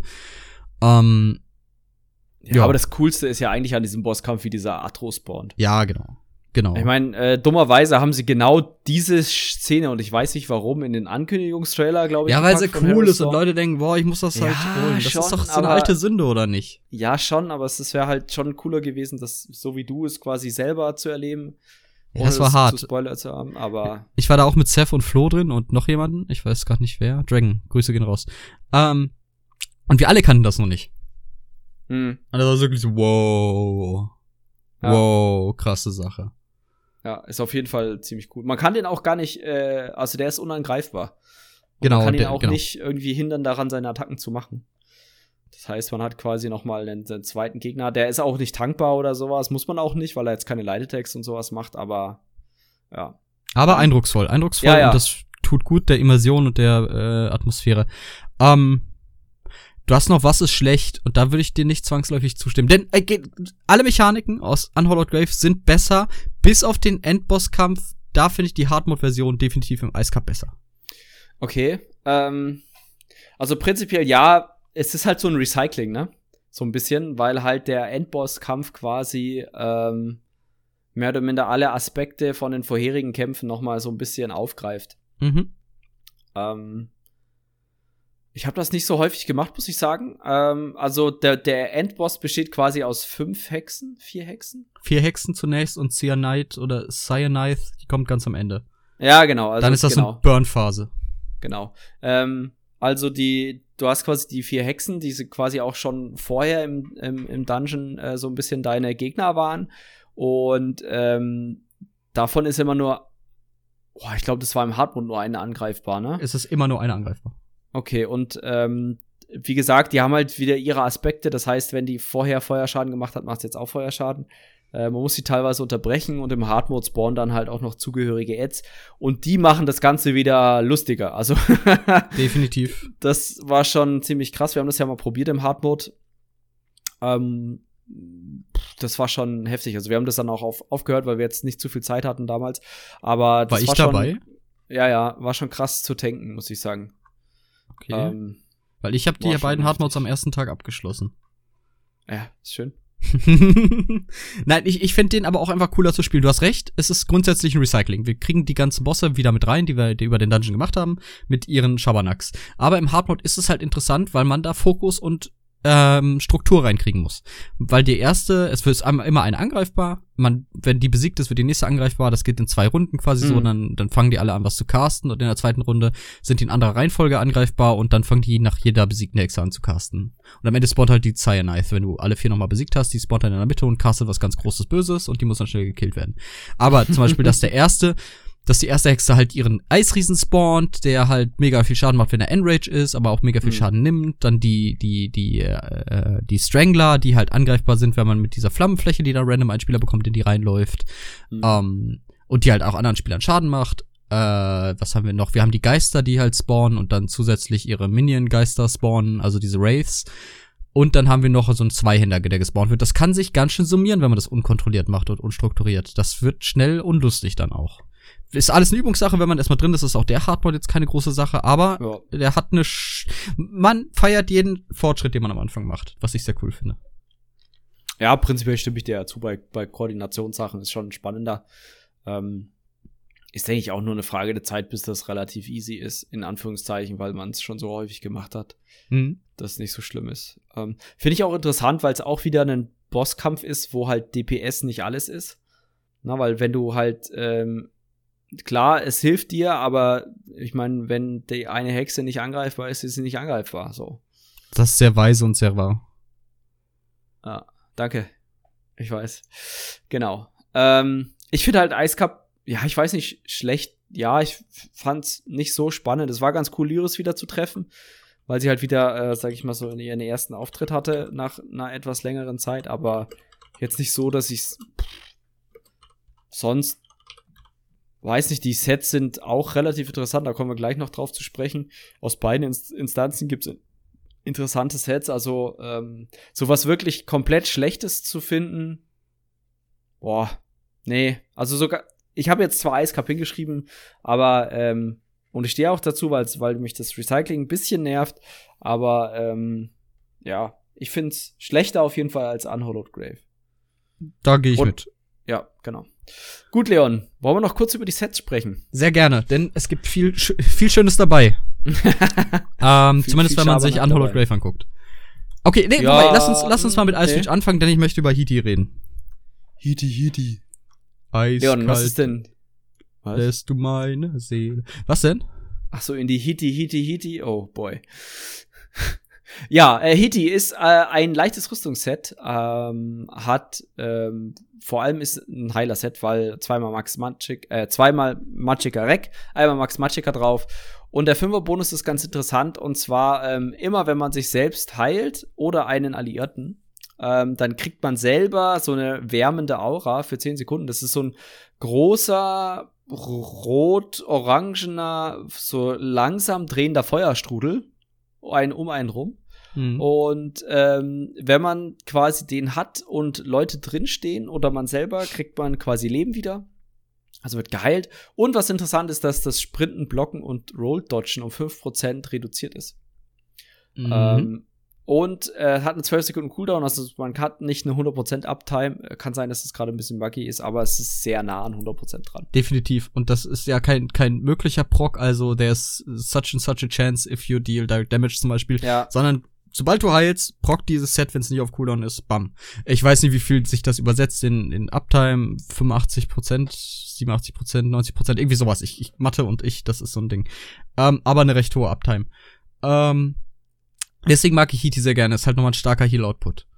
S1: Ähm,
S2: ja,
S1: ja.
S2: aber das Coolste ist ja eigentlich an diesem Bosskampf, wie dieser Atro spawnt.
S1: Ja, genau. Genau.
S2: Ich meine, äh, dummerweise haben sie genau diese Szene, und ich weiß nicht warum, in den Ankündigungstrailer, glaube ich.
S1: Ja, weil sie
S2: gepackt von
S1: cool ist und
S2: Harrison.
S1: Leute denken, boah, ich muss das halt
S2: Ja,
S1: holen. Das
S2: schon,
S1: ist doch so eine
S2: aber-
S1: alte Sünde, oder nicht?
S2: Ja, schon, aber es wäre halt schon cooler gewesen, das so wie du es quasi selber zu erleben.
S1: Ja,
S2: ohne
S1: das war
S2: das
S1: hart.
S2: zu Spoiler zu haben, aber
S1: Ich war da auch mit Seth und Flo drin und noch jemanden. Ich weiß gerade nicht wer. Dragon, Grüße gehen raus. Ähm, und wir alle kannten das noch nicht.
S2: hm,
S1: Und das war wirklich so, wow.
S2: Ja.
S1: Wow, krasse Sache.
S2: ja, ist auf jeden Fall ziemlich cool. Man kann den auch gar nicht, äh, also der ist unangreifbar. Und
S1: Genau,
S2: man kann ihn
S1: der-
S2: auch
S1: genau.
S2: nicht irgendwie hindern daran, seine Attacken zu machen. Das heißt, man hat quasi noch mal einen, einen zweiten Gegner. Der ist auch nicht tankbar oder sowas. Muss man auch nicht, weil er jetzt keine Light-Attacks und sowas macht. Aber ja.
S1: Aber eindrucksvoll, eindrucksvoll.
S2: Ja, ja.
S1: Und das tut gut der Immersion und der äh, Atmosphäre. Ähm, du hast noch Was ist schlecht und da würde ich dir nicht zwangsläufig zustimmen. Denn äh, ge- alle Mechaniken aus Unhallowed Grave sind besser, bis auf den Endbosskampf. Da finde ich die Hardmode-Version definitiv im Ice Cup besser.
S2: Okay. Ähm, also prinzipiell ja, es ist halt so ein Recycling, ne? So ein bisschen, weil halt der Endboss-Kampf quasi ähm, mehr oder minder alle Aspekte von den vorherigen Kämpfen noch mal so ein bisschen aufgreift.
S1: Mhm.
S2: Ähm, ich habe das nicht so häufig gemacht, muss ich sagen. Ähm, also der, der Endboss besteht quasi aus fünf Hexen, vier Hexen.
S1: Vier Hexen zunächst und Cyanide oder Cyanide, die kommt ganz am Ende.
S2: Ja, genau. Also
S1: Dann ist das
S2: genau,
S1: eine Burn-Phase.
S2: genau. Ähm, also die, du hast quasi die vier Hexen, die sie quasi auch schon vorher im, im, im Dungeon äh, so ein bisschen deine Gegner waren. Und ähm, davon ist immer nur, oh, ich glaube, das war im Hardmode nur eine angreifbar, ne?
S1: Es ist immer nur eine angreifbar.
S2: Okay, und ähm, wie gesagt, die haben halt wieder ihre Aspekte. Das heißt, wenn die vorher Feuerschaden gemacht hat, macht sie jetzt auch Feuerschaden. Äh, man muss sie teilweise unterbrechen und im Hard Mode spawnen dann halt auch noch zugehörige Ads. Und die machen das Ganze wieder lustiger. Also
S1: definitiv.
S2: Das war schon ziemlich krass. Wir haben das ja mal probiert im Hard Mode. Ähm, das war schon heftig. Also wir haben das dann auch auf, aufgehört, weil wir jetzt nicht zu viel Zeit hatten damals. Aber das
S1: war ich
S2: war schon,
S1: dabei?
S2: Ja, ja, war schon krass zu tanken, muss ich sagen.
S1: Okay.
S2: Ähm,
S1: weil ich habe die
S2: war
S1: beiden
S2: schon
S1: Hard Modes
S2: heftig.
S1: am ersten Tag abgeschlossen.
S2: Ja, ist schön.
S1: Nein, ich, ich finde den aber auch einfach cooler zu spielen. Du hast recht, es ist grundsätzlich ein Recycling. Wir kriegen die ganzen Bosse wieder mit rein, die wir die über den Dungeon gemacht haben, mit ihren Schabernacks. Aber im Hard Mode ist es halt interessant, weil man da Fokus und ähm, Struktur reinkriegen muss. Weil die erste, es wird immer eine angreifbar, man, wenn die besiegt ist, wird die nächste angreifbar, das geht in zwei Runden quasi
S2: Mhm.
S1: so, dann, dann fangen die alle an, was zu casten und in der zweiten Runde sind die in anderer Reihenfolge angreifbar und dann fangen die nach jeder besiegten Hexe an zu casten. Und am Ende spawnt halt die Cyanide, wenn du alle vier nochmal besiegt hast, die spawnt dann in der Mitte und castet was ganz Großes Böses und die muss dann schnell gekillt werden. Aber zum Beispiel, dass der erste dass die erste Hexe halt ihren Eisriesen spawnt, der halt mega viel Schaden macht, wenn er Enrage ist, aber auch mega viel
S2: Mhm.
S1: Schaden nimmt. Dann die, die, die, äh, die Strangler, die halt angreifbar sind, wenn man mit dieser Flammenfläche, die da random ein Spieler bekommt, in die reinläuft.
S2: Mhm.
S1: Ähm, und die halt auch anderen Spielern Schaden macht. Äh, was haben wir noch? Wir haben die Geister, die halt spawnen und dann zusätzlich ihre Minion-Geister spawnen, also diese Wraiths. Und dann haben wir noch so einen Zweihänder, der gespawnt wird. Das kann sich ganz schön summieren, wenn man das unkontrolliert macht und unstrukturiert. Das wird schnell unlustig dann auch. Ist alles eine Übungssache, wenn man erstmal drin ist, ist auch der Hardmode jetzt keine große Sache, aber
S2: Ja.
S1: der hat eine Sch- man feiert jeden Fortschritt, den man am Anfang macht, was ich sehr cool finde.
S2: Ja, prinzipiell stimme ich dir ja zu, bei, bei Koordinationssachen ist schon spannender. Ähm, ist, denke ich, auch nur eine Frage der Zeit, bis das relativ easy ist, in Anführungszeichen, weil man es schon so häufig gemacht hat,
S1: Mhm.
S2: dass es nicht so schlimm ist. Ähm, Finde ich auch interessant, weil es auch wieder ein Bosskampf ist, wo halt D P S nicht alles ist. Na, weil wenn du halt, ähm, klar, es hilft dir, aber ich meine, wenn die eine Hexe nicht angreifbar ist, ist sie nicht angreifbar, so.
S1: Das ist sehr weise und sehr wahr.
S2: Ja, danke. Ich weiß. Genau. Ähm, ich finde halt Ice Cup, ja, ich weiß nicht, schlecht. Ja, ich fand's nicht so spannend. Es war ganz cool, Lyris wieder zu treffen, weil sie halt wieder, äh, sag ich mal so, ihren ersten Auftritt hatte nach einer etwas längeren Zeit, aber jetzt nicht so, dass ich's sonst weiß nicht, die Sets sind auch relativ interessant, da kommen wir gleich noch drauf zu sprechen. Aus beiden Inst- Instanzen gibt's interessante Sets, also ähm, sowas wirklich komplett Schlechtes zu finden, boah, nee, also sogar, ich habe jetzt zwar Ice Cup hingeschrieben, aber, ähm, und ich stehe auch dazu, weil's, weil mich das Recycling ein bisschen nervt, aber, ähm, ja, ich find's schlechter auf jeden Fall als Unhallowed Grave.
S1: Da gehe ich
S2: Und-
S1: mit.
S2: Ja, genau. Gut, Leon, wollen wir noch kurz über die Sets sprechen?
S1: Sehr gerne, denn es gibt viel, sch- viel Schönes dabei. ähm,
S2: Viel-
S1: zumindest
S2: viel
S1: wenn man sich
S2: Schabernack
S1: Unhallowed
S2: dabei.
S1: Grave anguckt. Okay, nee,
S2: Ja,
S1: wobei, lass uns, lass uns mal mit Ice
S2: nee.
S1: Reach anfangen, denn ich möchte über Heaty reden.
S2: Hiti, Hiti.
S1: Eiskalt
S2: Leon, was ist denn? Was?
S1: lässt du meine Seele. Was denn?
S2: Ach so, in die Hiti, Hiti, Hiti. Oh, boy. Ja, äh, Hiti ist äh, ein leichtes Rüstungsset, ähm, hat, ähm, vor allem ist ein Heiler-Set, weil zweimal Max Magic, äh, zweimal Magicka Rec, einmal Max Magicka drauf. Und der Fünfer-Bonus ist ganz interessant, und zwar ähm, immer, wenn man sich selbst heilt oder einen Alliierten, ähm, dann kriegt man selber so eine wärmende Aura für zehn Sekunden. Das ist so ein großer, rot-orangener, so langsam drehender Feuerstrudel, ein um einen rum.
S1: Hm.
S2: Und ähm, wenn man quasi den hat und Leute drinstehen oder man selber, kriegt man quasi Leben wieder. Also wird geheilt. Und was interessant ist, dass das Sprinten, Blocken und Roll-Dodgen um fünf Prozent reduziert ist.
S1: Mhm.
S2: Ähm, und äh, hat eine zwölf Sekunden Cooldown, also man hat nicht eine hundert Prozent Uptime. Kann sein, dass es gerade ein bisschen buggy ist, aber es ist sehr nah an hundert Prozent dran.
S1: Definitiv. Und das ist ja kein, kein möglicher Proc, also there's such and such a chance if you deal direct damage zum Beispiel.
S2: Ja.
S1: Sondern sobald du heilst, proc dieses Set, wenn es nicht auf Cooldown ist, bam. Ich weiß nicht, wie viel sich das übersetzt in, in Uptime, fünfundachtzig Prozent, siebenundachtzig Prozent, neunzig Prozent, irgendwie sowas. Ich, ich, Mathe und ich, das ist so ein Ding. Ähm, aber eine recht hohe Uptime. Ähm, deswegen mag ich Hiti sehr gerne. Ist halt nochmal ein starker Heal-Output.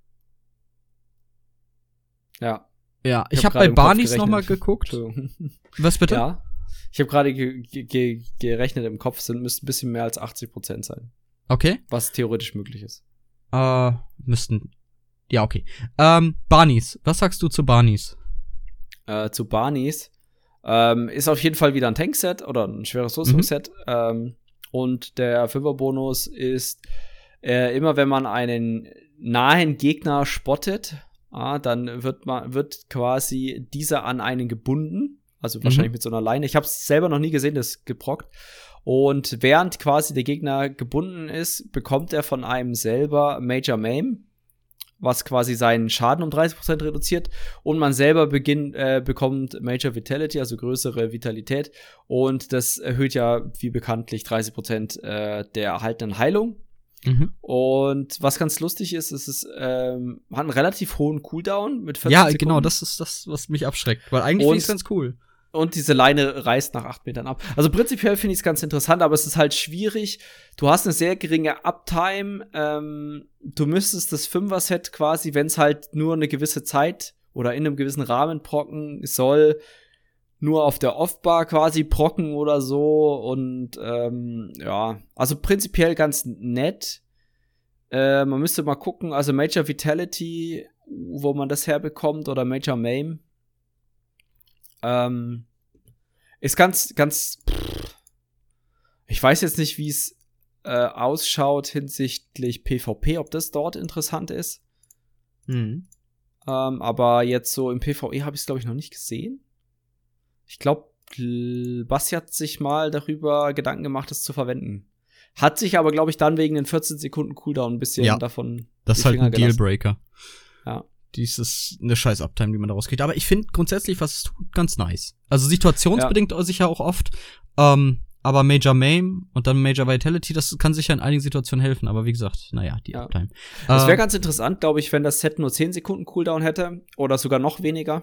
S2: Ja.
S1: Ja, ich,
S2: Ich
S1: habe
S2: hab
S1: bei
S2: gerade im Kopf
S1: Barneys
S2: gerechnet.
S1: nochmal geguckt.
S2: Entschuldigung.
S1: Was bitte?
S2: Ja. Ich habe gerade ge ge ge gerechnet im Kopf, sind müssten ein bisschen mehr als achtzig Prozent sein.
S1: Okay.
S2: Was theoretisch möglich ist.
S1: Äh, müssten Ja, okay. Ähm, Barneys. Was sagst du zu Barneys?
S2: Äh, zu Barneys. Ähm, ist auf jeden Fall wieder ein Tankset oder ein schweres Rüstungsset. Mhm. Ähm, und der Fünfer-Bonus ist äh, immer, wenn man einen nahen Gegner spottet, ah, dann wird man wird quasi dieser an einen gebunden. Also wahrscheinlich mhm. mit so einer Leine. Ich habe es selber noch nie gesehen, das ist geprockt. Und während quasi der Gegner gebunden ist, bekommt er von einem selber Major Maim, was quasi seinen Schaden um dreißig Prozent reduziert. Und man selber beginnt, äh, bekommt Major Vitality, also größere Vitalität. Und das erhöht ja, wie bekanntlich, dreißig Prozent äh, der erhaltenen Heilung. Mhm. Und was ganz lustig ist, ist es ähm, hat einen relativ hohen Cooldown mit vierzig
S1: Ja,
S2: Sekunden.
S1: Genau, das ist das, was mich abschreckt. Weil eigentlich finde ich es ganz cool.
S2: Und diese Leine reißt nach acht Metern ab. Also prinzipiell finde ich es ganz interessant, aber es ist halt schwierig. Du hast eine sehr geringe Uptime. Ähm, du müsstest das Fünfer-Set quasi, wenn es halt nur eine gewisse Zeit oder in einem gewissen Rahmen procken soll, nur auf der Off-Bar quasi procken oder so. Und ähm, ja, also prinzipiell ganz nett. Äh, man müsste mal gucken, also Major Vitality, wo man das herbekommt, oder Major Maim. Ähm, ist ganz, ganz, pff, ich weiß jetzt nicht, wie es äh, ausschaut hinsichtlich PvP, ob das dort interessant ist. Mhm. Ähm, aber jetzt so im PvE habe ich es, glaube ich, noch nicht gesehen. Ich glaube, Basti hat sich mal darüber Gedanken gemacht, das zu verwenden. Hat sich aber, glaube ich, dann wegen den vierzehn Sekunden Cooldown ein bisschen
S1: ja,
S2: davon
S1: das ist halt ein Dealbreaker.
S2: Ja.
S1: Dies ist eine scheiß Uptime, die man daraus kriegt. Aber ich finde grundsätzlich, was es tut, ganz nice. Also situationsbedingt ja. sicher auch oft. Ähm, aber Major Maim und dann Major Vitality, das kann sicher in einigen Situationen helfen. Aber wie gesagt, naja, die ja. Uptime.
S2: Es wäre
S1: äh,
S2: ganz interessant, glaube ich, wenn das Set nur zehn Sekunden Cooldown hätte. Oder sogar noch weniger.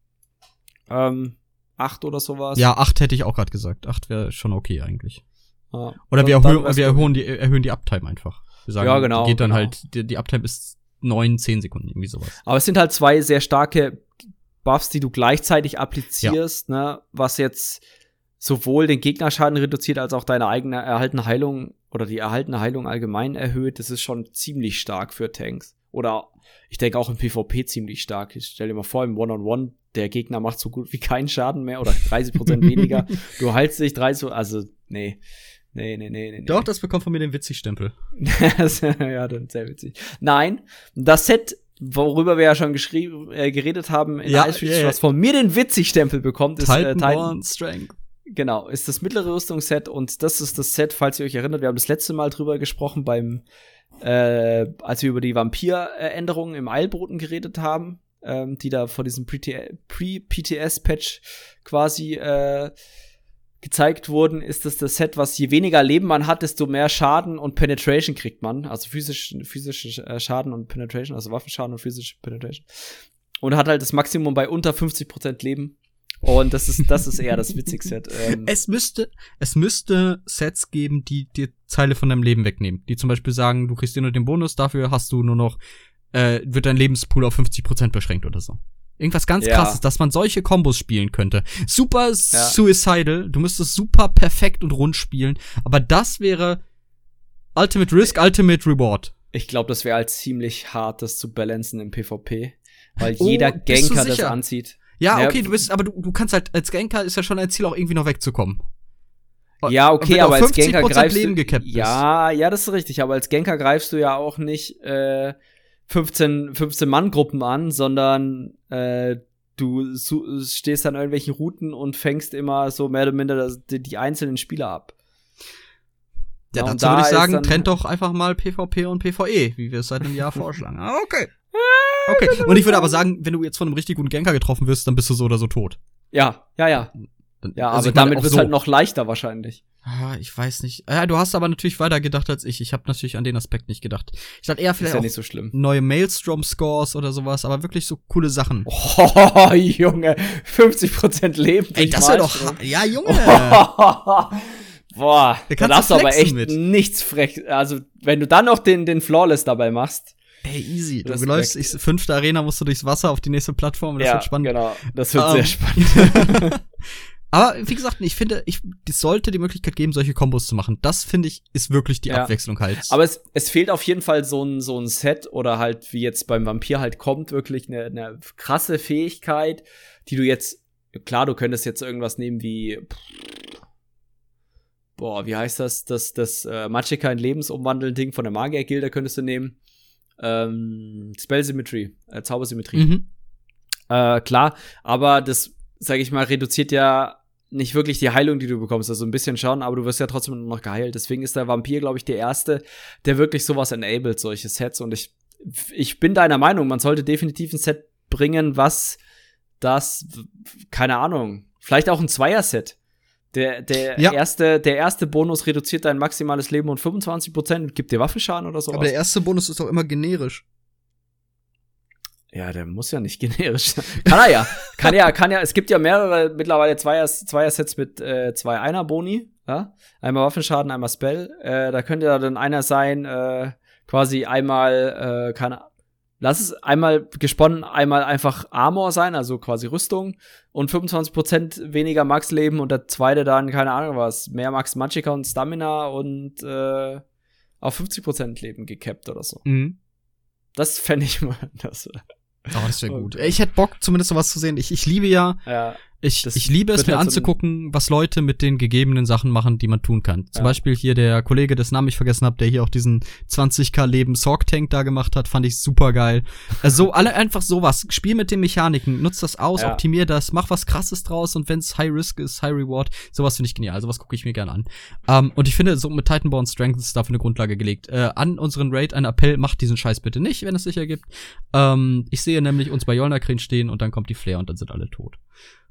S2: Ähm, acht oder sowas.
S1: Ja, acht hätte ich auch gerade gesagt. acht wäre schon okay eigentlich.
S2: Ja.
S1: Oder wir, erhöhen, wir erhöhen, die, erhöhen die Uptime einfach. Wir sagen,
S2: ja, genau.
S1: Die geht dann
S2: genau.
S1: halt, die, die Uptime ist neun, zehn Sekunden, irgendwie sowas.
S2: Aber es sind halt zwei sehr starke Buffs, die du gleichzeitig applizierst, ja. ne, was jetzt sowohl den Gegnerschaden reduziert, als auch deine eigene erhaltene Heilung oder die erhaltene Heilung allgemein erhöht. Das ist schon ziemlich stark für Tanks. Oder ich denke auch im PvP ziemlich stark. Ich stell dir mal vor, im One-on-One, der Gegner macht so gut wie keinen Schaden mehr oder dreißig Prozent weniger. Du heilst dich dreißig, also nee. Nee, nee, nee, nee.
S1: Doch, das bekommt von mir den Witzig-Stempel.
S2: Ja, dann sehr witzig. Nein, das Set, worüber wir ja schon geschrieben, äh, geredet haben, in
S1: ja,
S2: Ice Reach,
S1: yeah, yeah.
S2: was von mir den Witzig-Stempel bekommt, ist
S1: Titan,
S2: äh, Titan
S1: Born Strength.
S2: Genau, ist das mittlere Rüstungsset und das ist das Set, falls ihr euch erinnert, wir haben das letzte Mal drüber gesprochen beim, äh, als wir über die Vampir-Änderungen im Eilboten geredet haben, ähm, die da vor diesem Pre-P T S-Patch quasi, äh, gezeigt wurden, ist das das Set, was je weniger Leben man hat, desto mehr Schaden und Penetration kriegt man. Also physisch, physische Schaden und Penetration, also Waffenschaden und physische Penetration. Und hat halt das Maximum bei unter fünfzig Prozent Leben. Und das ist, das ist eher das Witzig-Set. Ähm
S1: es müsste, es müsste Sets geben, die dir Teile von deinem Leben wegnehmen. Die zum Beispiel sagen, du kriegst dir nur den Bonus, dafür hast du nur noch, äh, wird dein Lebenspool auf fünfzig Prozent beschränkt oder so. Irgendwas ganz
S2: ja.
S1: krasses, dass man solche Kombos spielen könnte. Super
S2: ja.
S1: suicidal, du müsstest super perfekt und rund spielen, aber das wäre Ultimate Risk, Ultimate Reward.
S2: Ich glaube, das wäre halt ziemlich hart, das zu balancen im PvP, weil
S1: oh,
S2: jeder Ganker das anzieht.
S1: Ja, okay, ja, du bist, aber du, du kannst halt, als Ganker ist ja schon ein Ziel, auch irgendwie noch wegzukommen.
S2: Ja, okay, aber als Ganker greifst
S1: Leben
S2: du,
S1: gekappt
S2: ja, ja, das ist richtig, aber als Ganker greifst du ja auch nicht, äh, fünfzehn Mann-Gruppen an, sondern äh, du su- stehst an irgendwelchen Routen und fängst immer so mehr oder minder das, die, die einzelnen Spieler ab.
S1: Ja, ja dazu da würde ich sagen, trennt doch einfach mal PvP und PvE, wie wir es seit einem Jahr vorschlagen. Ah, okay. Okay. Und ich würde aber sagen, wenn du jetzt von einem richtig guten Ganker getroffen wirst, dann bist du so oder so tot.
S2: Ja, ja, ja. Ja, also aber damit wird es so halt noch leichter wahrscheinlich.
S1: Ah, ich weiß nicht. Ja, du hast aber natürlich weiter gedacht als ich. Ich habe natürlich an den Aspekt nicht gedacht. Ich dachte eher vielleicht
S2: ist ja
S1: auch
S2: nicht so schlimm.
S1: Neue Maelstrom-Scores oder sowas, aber wirklich so coole Sachen.
S2: Oh, Junge, fünfzig Prozent Leben.
S1: Ey, das wäre doch, ja, Junge.
S2: Boah,
S1: da
S2: da darfst du aber echt
S1: mit.
S2: nichts frech. Also, wenn du dann noch den, den Flawless dabei machst.
S1: Ey, easy. Du läufst, ich, fünfte Arena musst du durchs Wasser auf die nächste Plattform. Das
S2: ja,
S1: wird spannend.
S2: Genau, das wird
S1: um,
S2: sehr spannend.
S1: Aber wie gesagt, ich finde, ich, es sollte die Möglichkeit geben, solche Kombos zu machen. Das, finde ich, ist wirklich die
S2: ja.
S1: Abwechslung halt.
S2: Aber es, es fehlt auf jeden Fall so ein, so ein Set oder halt, wie jetzt beim Vampir halt kommt, wirklich eine, eine krasse Fähigkeit, die du jetzt, klar, du könntest jetzt irgendwas nehmen wie, boah, wie heißt das, das, das äh, Magicka in Lebensumwandeln-Ding von der Magier-Gilde könntest du nehmen. Ähm, Spell-Symmetry, äh, Zaubersymmetrie.
S1: Mhm.
S2: Äh, klar, aber das, sag ich mal, reduziert ja nicht wirklich die Heilung, die du bekommst. Also ein bisschen schon, aber du wirst ja trotzdem noch geheilt. Deswegen ist der Vampir, glaube ich, der Erste, der wirklich sowas enabled, solche Sets. Und ich, ich bin deiner Meinung, man sollte definitiv ein Set bringen, was das, keine Ahnung, vielleicht auch ein Zweier-Set. Der, der,
S1: ja.
S2: erste, der erste Bonus reduziert dein maximales Leben um fünfundzwanzig Prozent und gibt dir Waffenschaden oder sowas.
S1: Aber der erste Bonus ist doch immer generisch.
S2: Ja, der muss ja nicht generisch sein. Kann er ja. Kann ja, kann ja. Es gibt ja mehrere mittlerweile Zweier, Zweier-Sets mit äh, zwei Einer-Boni. Ja? Einmal Waffenschaden, einmal Spell. Äh, da könnte ja dann einer sein, äh, quasi einmal, äh, keine Lass es einmal gesponnen, einmal einfach Armor sein, also quasi Rüstung und fünfundzwanzig Prozent weniger Max-Leben und der zweite dann, keine Ahnung was, mehr Max Magicka und Stamina und äh, auf fünfzig Prozent Leben gecapped oder so.
S1: Mhm.
S2: Das fände ich mal. Das,
S1: oh, das wäre gut. Ich hätte Bock, zumindest sowas zu sehen. Ich, ich liebe ja,
S2: ja
S1: ich, ich liebe es, mir halt anzugucken, so was Leute mit den gegebenen Sachen machen, die man tun kann. Zum ja. Beispiel hier der Kollege, dessen Namen ich vergessen habe, der hier auch diesen zwanzig K Leben Sorg-Tank da gemacht hat, fand ich super geil. Also alle einfach sowas. Spiel mit den Mechaniken, nutz das aus, ja. optimier das, mach was Krasses draus und wenn's High Risk ist, High Reward, sowas finde ich genial. Sowas gucke ich mir gerne an. Um, und ich finde, so mit Titanborn Strength ist dafür eine Grundlage gelegt. Äh, an unseren Raid ein Appell, macht diesen Scheiß bitte nicht, wenn es sich ergibt. Ähm, ich sehe nämlich uns bei Jolnakrin stehen und dann kommt die Flare und dann sind alle tot.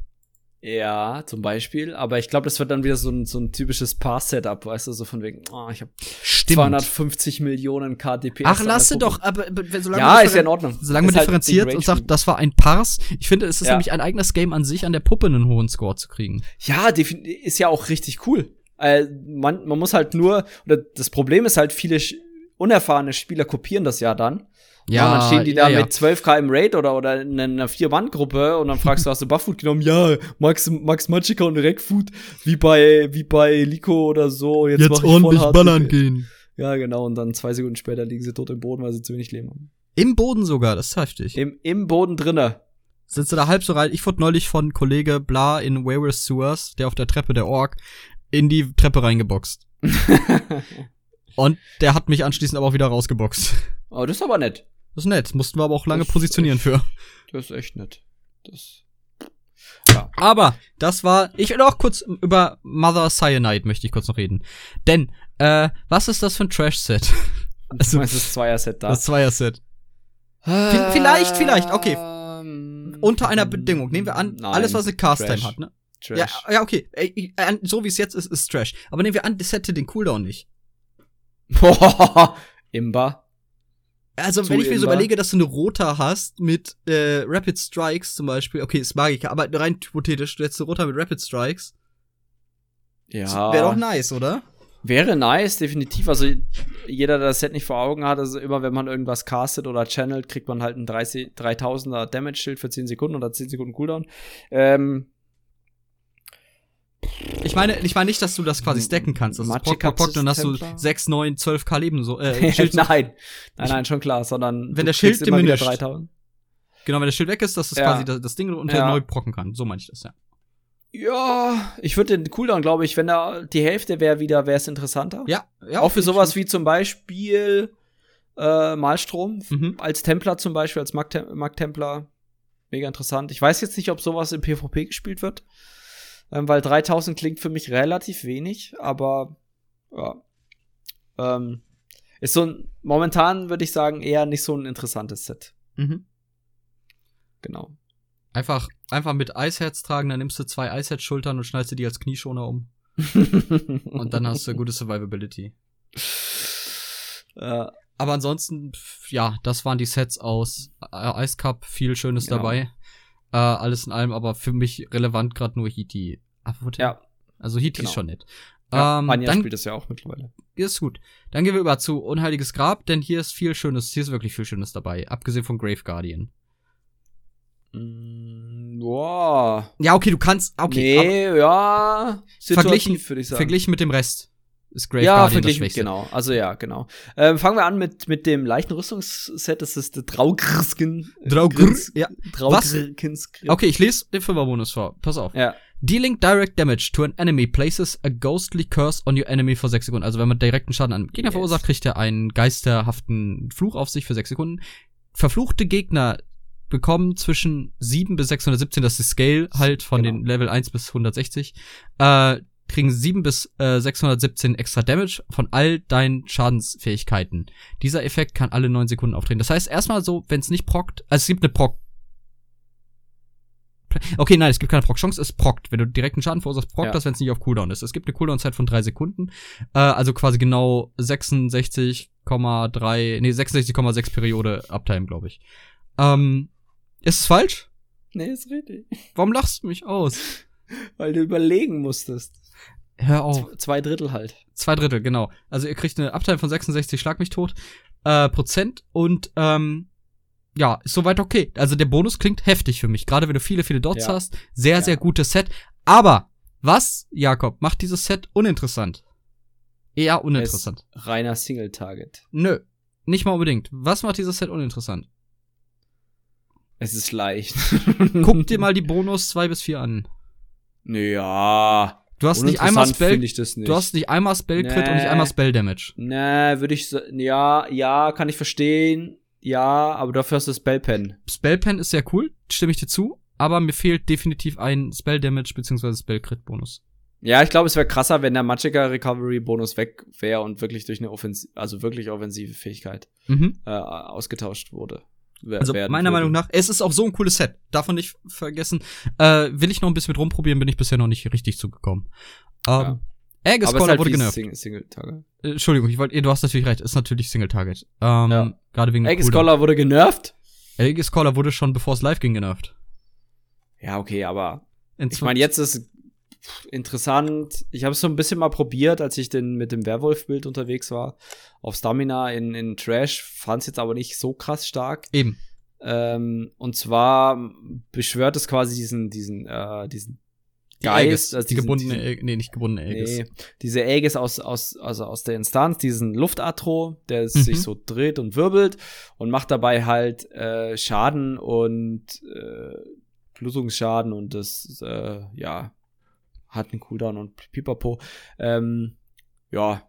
S2: Ja, zum Beispiel. Aber ich glaube, das wird dann wieder so ein, so ein typisches Pass-Setup, weißt du, so von wegen, oh, ich habe zweihundertfünfzig Millionen K D P S.
S1: Ach, lasse doch, aber, aber solange
S2: ja, ist ja in Ordnung.
S1: Solange man differenziert halt und sagt, das war ein Pass. Ich finde, es ist ja. nämlich ein eigenes Game an sich, an der Puppe einen hohen Score zu kriegen.
S2: Ja, ist ja auch richtig cool. Äh, man, man muss halt nur, oder das Problem ist halt, viele unerfahrene Spieler kopieren das ja dann. Ja, ja, dann stehen die da ja, ja. mit zwölf K im Raid oder, oder in einer Vier-Mann-Gruppe und dann fragst du, hast du Bufffood genommen? Ja, Max, Max Magicka und Rekfood, wie bei, wie bei Liko oder so. Jetzt,
S1: Jetzt ordentlich ballern gehen.
S2: Ja, genau, und dann zwei Sekunden später liegen sie tot im Boden, weil sie zu wenig Leben haben.
S1: Im Boden sogar, das ist heftig.
S2: Im, im Boden drinne.
S1: Sitzt du da halb so rein? Ich wurde neulich von Kollege Bla in Wayward Sewers, der auf der Treppe der Ork, in die Treppe reingeboxt. Und der hat mich anschließend aber auch wieder rausgeboxt.
S2: Oh, das ist aber nett.
S1: Das ist nett, mussten wir aber auch lange
S2: das
S1: positionieren
S2: echt,
S1: für.
S2: Das ist echt nett. Das.
S1: Ja. Aber das war, ich will auch kurz über Mother Cyanide möchte ich kurz noch reden. Denn, äh, was ist das für ein Trash-Set?
S2: Also, das ist Zweier-Set da.
S1: Das Zweier-Set. V- vielleicht, vielleicht, okay. Unter einer Bedingung. Nehmen wir an,
S2: Nein,
S1: alles, was eine Cast-Time
S2: Trash.
S1: hat, ne?
S2: Trash.
S1: Ja, ja, okay. Äh, so wie es jetzt ist, ist Trash. Aber nehmen wir an, das hätte den Cooldown nicht.
S2: Boah, Imba.
S1: Also,
S2: Zu
S1: wenn ich mir so
S2: Imba.
S1: überlege, dass du eine Rota hast mit äh, Rapid Strikes zum Beispiel, okay, ist Magiker, aber rein hypothetisch, du hättest eine Rota mit Rapid Strikes.
S2: Ja.
S1: Wäre doch nice, oder?
S2: Wäre nice, definitiv. Also, jeder, der das Set nicht vor Augen hat, also immer, wenn man irgendwas castet oder channelt, kriegt man halt ein dreitausender Damage-Schild für zehn Sekunden oder zehn Sekunden Cooldown. Ähm.
S1: Ich meine, ich meine nicht, dass du das quasi stacken kannst. Das ist Pock, Pock, Pock, dann hast du sechs, neun, zwölf K Leben so. Äh, Schild so.
S2: nein, nein, nein, schon klar, sondern
S1: wenn der Schild diminisht.
S2: dreitausend.
S1: Genau, wenn der Schild weg ist, dass das
S2: Ja.
S1: quasi das, das Ding unter
S2: Ja.
S1: neu brocken kann. So meine ich das, ja.
S2: Ja, ich würde den Cooldown, glaube ich, wenn da die Hälfte wäre wieder, wäre es interessanter.
S1: Ja, ja.
S2: Auch für sowas wie zum Beispiel äh, Malstrom,
S1: Mhm.
S2: als Templer zum Beispiel, als Mag-Templer. Mega interessant. Ich weiß jetzt nicht, ob sowas im PvP gespielt wird, ähm, weil dreitausend klingt für mich relativ wenig, aber ja. Ähm, ist so ein, momentan würde ich sagen, eher nicht so ein interessantes Set.
S1: Mhm.
S2: Genau.
S1: Einfach, einfach mit Eisherz tragen, dann nimmst du zwei Eisherz-Schultern und schnallst dir die als Knieschoner um. Und dann hast du gute Survivability.
S2: äh,
S1: Aber ansonsten, pf, ja, das waren die Sets aus äh, Ice Cup, viel Schönes
S2: Genau.
S1: dabei. Äh, alles in allem, aber für mich relevant gerade nur Hiti.
S2: ja.
S1: Also Hiti
S2: Genau.
S1: ist schon nett.
S2: ja
S1: ähm,
S2: Anja
S1: dann
S2: spielt das ja auch mittlerweile.
S1: ist gut. Dann gehen wir über zu Unheiliges Grab, denn hier ist viel Schönes, hier ist wirklich viel Schönes dabei, abgesehen von Grave Guardian.
S2: Mm, Boah.
S1: Ja, okay, du kannst, okay.
S2: Nee, ja.
S1: Verglichen,
S2: würde ich sagen.
S1: verglichen mit dem Rest ist Grave
S2: ja,
S1: Guardian das
S2: verglichen,
S1: Schwächste.
S2: genau. Also ja, genau. Ähm, fangen wir an mit, mit dem leichten Rüstungsset. Das ist der Draugrskin.
S1: Draugr, ja.
S2: Draugrskin.
S1: Okay, ich lese den Fünfer-Bonus vor. Pass auf.
S2: Ja.
S1: Dealing direct damage to an enemy places a ghostly curse on your enemy for sechs Sekunden. Also wenn man direkten Schaden an Gegner yes. verursacht, kriegt er einen geisterhaften Fluch auf sich für sechs Sekunden. Verfluchte Gegner bekommen zwischen sieben bis sechshundertsiebzehn, das ist die Scale halt von genau. den Level eins bis hundertsechzig, äh, kriegen sieben bis sechshundertsiebzehn extra Damage von all deinen Schadensfähigkeiten. Dieser Effekt kann alle neun Sekunden auftreten. Das heißt erstmal so, wenn es nicht prockt, also es gibt eine Proc Okay, nein, es gibt keine Proc-Chance, es prockt. Wenn du direkten Schaden verursachst, prockt ja. das, wenn es nicht auf Cooldown ist. Es gibt eine Cooldown-Zeit von drei Sekunden, äh, also quasi genau sechsundsechzig Komma drei, nee, sechsundsechzig Komma sechs Periode Uptime, glaube ich. Ähm, ist es falsch?
S2: Nee, ist richtig.
S1: Warum lachst du mich aus?
S2: Weil du überlegen musstest.
S1: Hör auf.
S2: Z- zwei Drittel halt.
S1: Zwei Drittel, genau. Also ihr kriegt eine Uptime von sechsundsechzig, schlag mich tot, äh, Prozent und, ähm, ja, ist soweit okay. Also der Bonus klingt heftig für mich. Gerade wenn du viele, viele Dots ja. hast. Sehr, ja. sehr gutes Set. Aber, was, Jakob, macht dieses Set uninteressant? Eher uninteressant.
S2: Es ist reiner Single-Target.
S1: Nö, nicht mal unbedingt. Was macht dieses Set uninteressant?
S2: Es ist leicht.
S1: Guck dir mal die Bonus zwei bis vier an.
S2: Ja.
S1: Du hast nicht einmal Spell,
S2: ich das nicht.
S1: Du hast nicht einmal Spell-Crit
S2: nee.
S1: und nicht einmal Spell-Damage.
S2: Nee, würde ich so, ja, ja, kann ich verstehen. Ja, aber dafür hast du Spellpen.
S1: Spellpen ist sehr cool, stimme ich dir zu, aber mir fehlt definitiv ein Spell-Damage bzw. Spell-Crit-Bonus.
S2: Ja, ich glaube, es wäre krasser, wenn der Magicka Recovery Bonus weg wäre und wirklich durch eine offensive, also wirklich offensive Fähigkeit
S1: mhm.
S2: äh, ausgetauscht wurde. Wer-
S1: Also
S2: werden
S1: meiner
S2: würde.
S1: Meinung nach, es ist auch so ein cooles Set. Davon nicht vergessen. Äh, will ich noch ein bisschen mit rumprobieren, bin ich bisher noch nicht richtig zugekommen. Ähm,
S2: Ja.
S1: Aegis
S2: Aber es ist
S1: Caller
S2: halt
S1: wurde
S2: wie
S1: genervt.
S2: Sing- Single-Target.
S1: Äh, Entschuldigung, ich wollte, du hast natürlich recht, ist natürlich Single Target. Ähm,
S2: Ja.
S1: gerade wegen dem
S2: Aegis
S1: Cooldown.
S2: Caller wurde genervt?
S1: Aegis Caller wurde schon, bevor es live ging, genervt.
S2: Ja, okay, aber
S1: In
S2: ich meine, jetzt ist interessant. Ich habe es so ein bisschen mal probiert, als ich den mit dem Werwolf-Bild unterwegs war. Auf Stamina in, in Trash, fand es jetzt aber nicht so krass stark.
S1: Eben.
S2: Ähm, und zwar beschwört es quasi diesen, diesen, äh, diesen
S1: Die
S2: Geist,
S1: Aegis,
S2: also
S1: die
S2: diesen-
S1: gebundene,
S2: diesen-
S1: Aegis- nee, nicht gebundene Aegis.
S2: Nee, diese Aegis aus, aus, also aus der Instanz, diesen Luftatro, der
S1: Mhm.
S2: sich so dreht und wirbelt und macht dabei halt äh, Schaden und äh, Blutungsschaden und das, äh, ja, hat einen Cooldown und pipapo. Ähm, ja.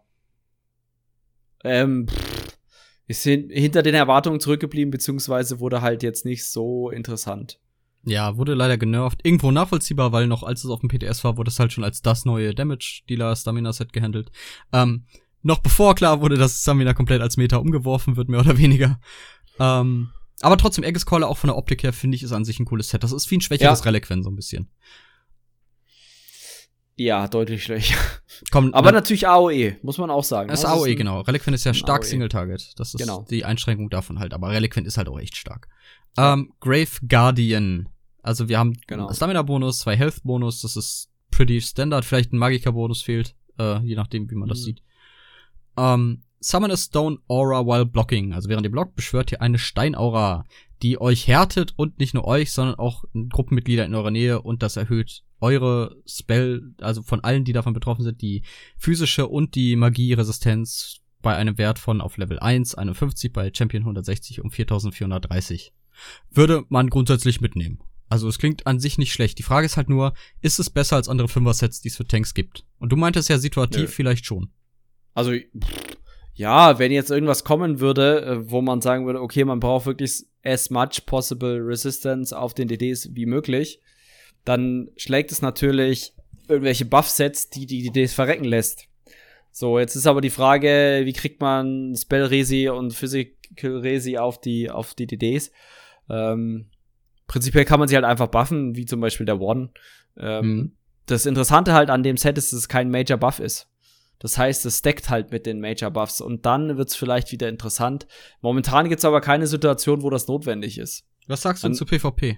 S2: Ähm, pff, ist hin- hinter den Erwartungen zurückgeblieben, beziehungsweise wurde halt jetzt nicht so interessant.
S1: Ja, wurde leider genervt. Irgendwo nachvollziehbar, weil noch als es auf dem P T S war, wurde es halt schon als das neue Damage-Dealer-Stamina-Set gehandelt. Ähm, noch bevor klar wurde, dass Stamina komplett als Meta umgeworfen wird, mehr oder weniger. Ähm, aber trotzdem, Aegis Caller auch von der Optik her, finde ich, ist an sich ein cooles Set. Das ist wie ein schwächeres
S2: Ja.
S1: Reliquien so ein bisschen.
S2: Ja, deutlich schlechter.
S1: Komm,
S2: Aber
S1: äh,
S2: natürlich A O E, muss man auch sagen.
S1: das ist
S2: Also
S1: A O E,
S2: ein-
S1: genau. Reliquien ist ja
S2: ein
S1: stark
S2: A O E.
S1: Single-Target. Das ist
S2: Genau.
S1: die Einschränkung davon halt. Aber Reliquien ist halt auch echt stark.
S2: Ja.
S1: Ähm, Grave Guardian. Also wir haben
S2: Genau.
S1: Stamina-Bonus, zwei Health-Bonus. Das ist pretty standard. Vielleicht ein Magicka-Bonus fehlt. Äh, je nachdem, wie man das
S2: Mhm.
S1: sieht. Ähm, Summon a Stone Aura while blocking. Also während ihr blockt, beschwört ihr eine Steinaura, die euch härtet und nicht nur euch, sondern auch Gruppenmitglieder in eurer Nähe, und das erhöht eure Spell, also von allen, die davon betroffen sind, die physische und die Magie-Resistenz bei einem Wert von auf Level eins, einundfünfzig, bei Champion hundertsechzig um viertausendvierhundertdreißig. Würde man grundsätzlich mitnehmen. Also es klingt an sich nicht schlecht. Die Frage ist halt nur, ist es besser als andere Fünfer-Sets, die es für Tanks gibt? Und du meintest ja situativ
S2: Nö.
S1: vielleicht schon.
S2: Also, pff, ja, wenn jetzt irgendwas kommen würde, äh, wo man sagen würde, okay, man braucht wirklich as much possible Resistance auf den D Ds wie möglich, dann schlägt es natürlich irgendwelche Buff-Sets, die die D Ds verrecken lässt. So, jetzt ist aber die Frage, wie kriegt man Spell-Resi und Physical-Resi auf die, auf die D Ds? Ähm, prinzipiell kann man sie halt einfach buffen, wie zum Beispiel der Warden. Ähm,
S1: Mhm.
S2: Das Interessante halt an dem Set ist, dass es kein Major-Buff ist. Das heißt, es stackt halt mit den Major-Buffs und dann wird's vielleicht wieder interessant. Momentan gibt's aber keine Situation, wo das notwendig ist.
S1: Was sagst du
S2: An-
S1: zu PvP?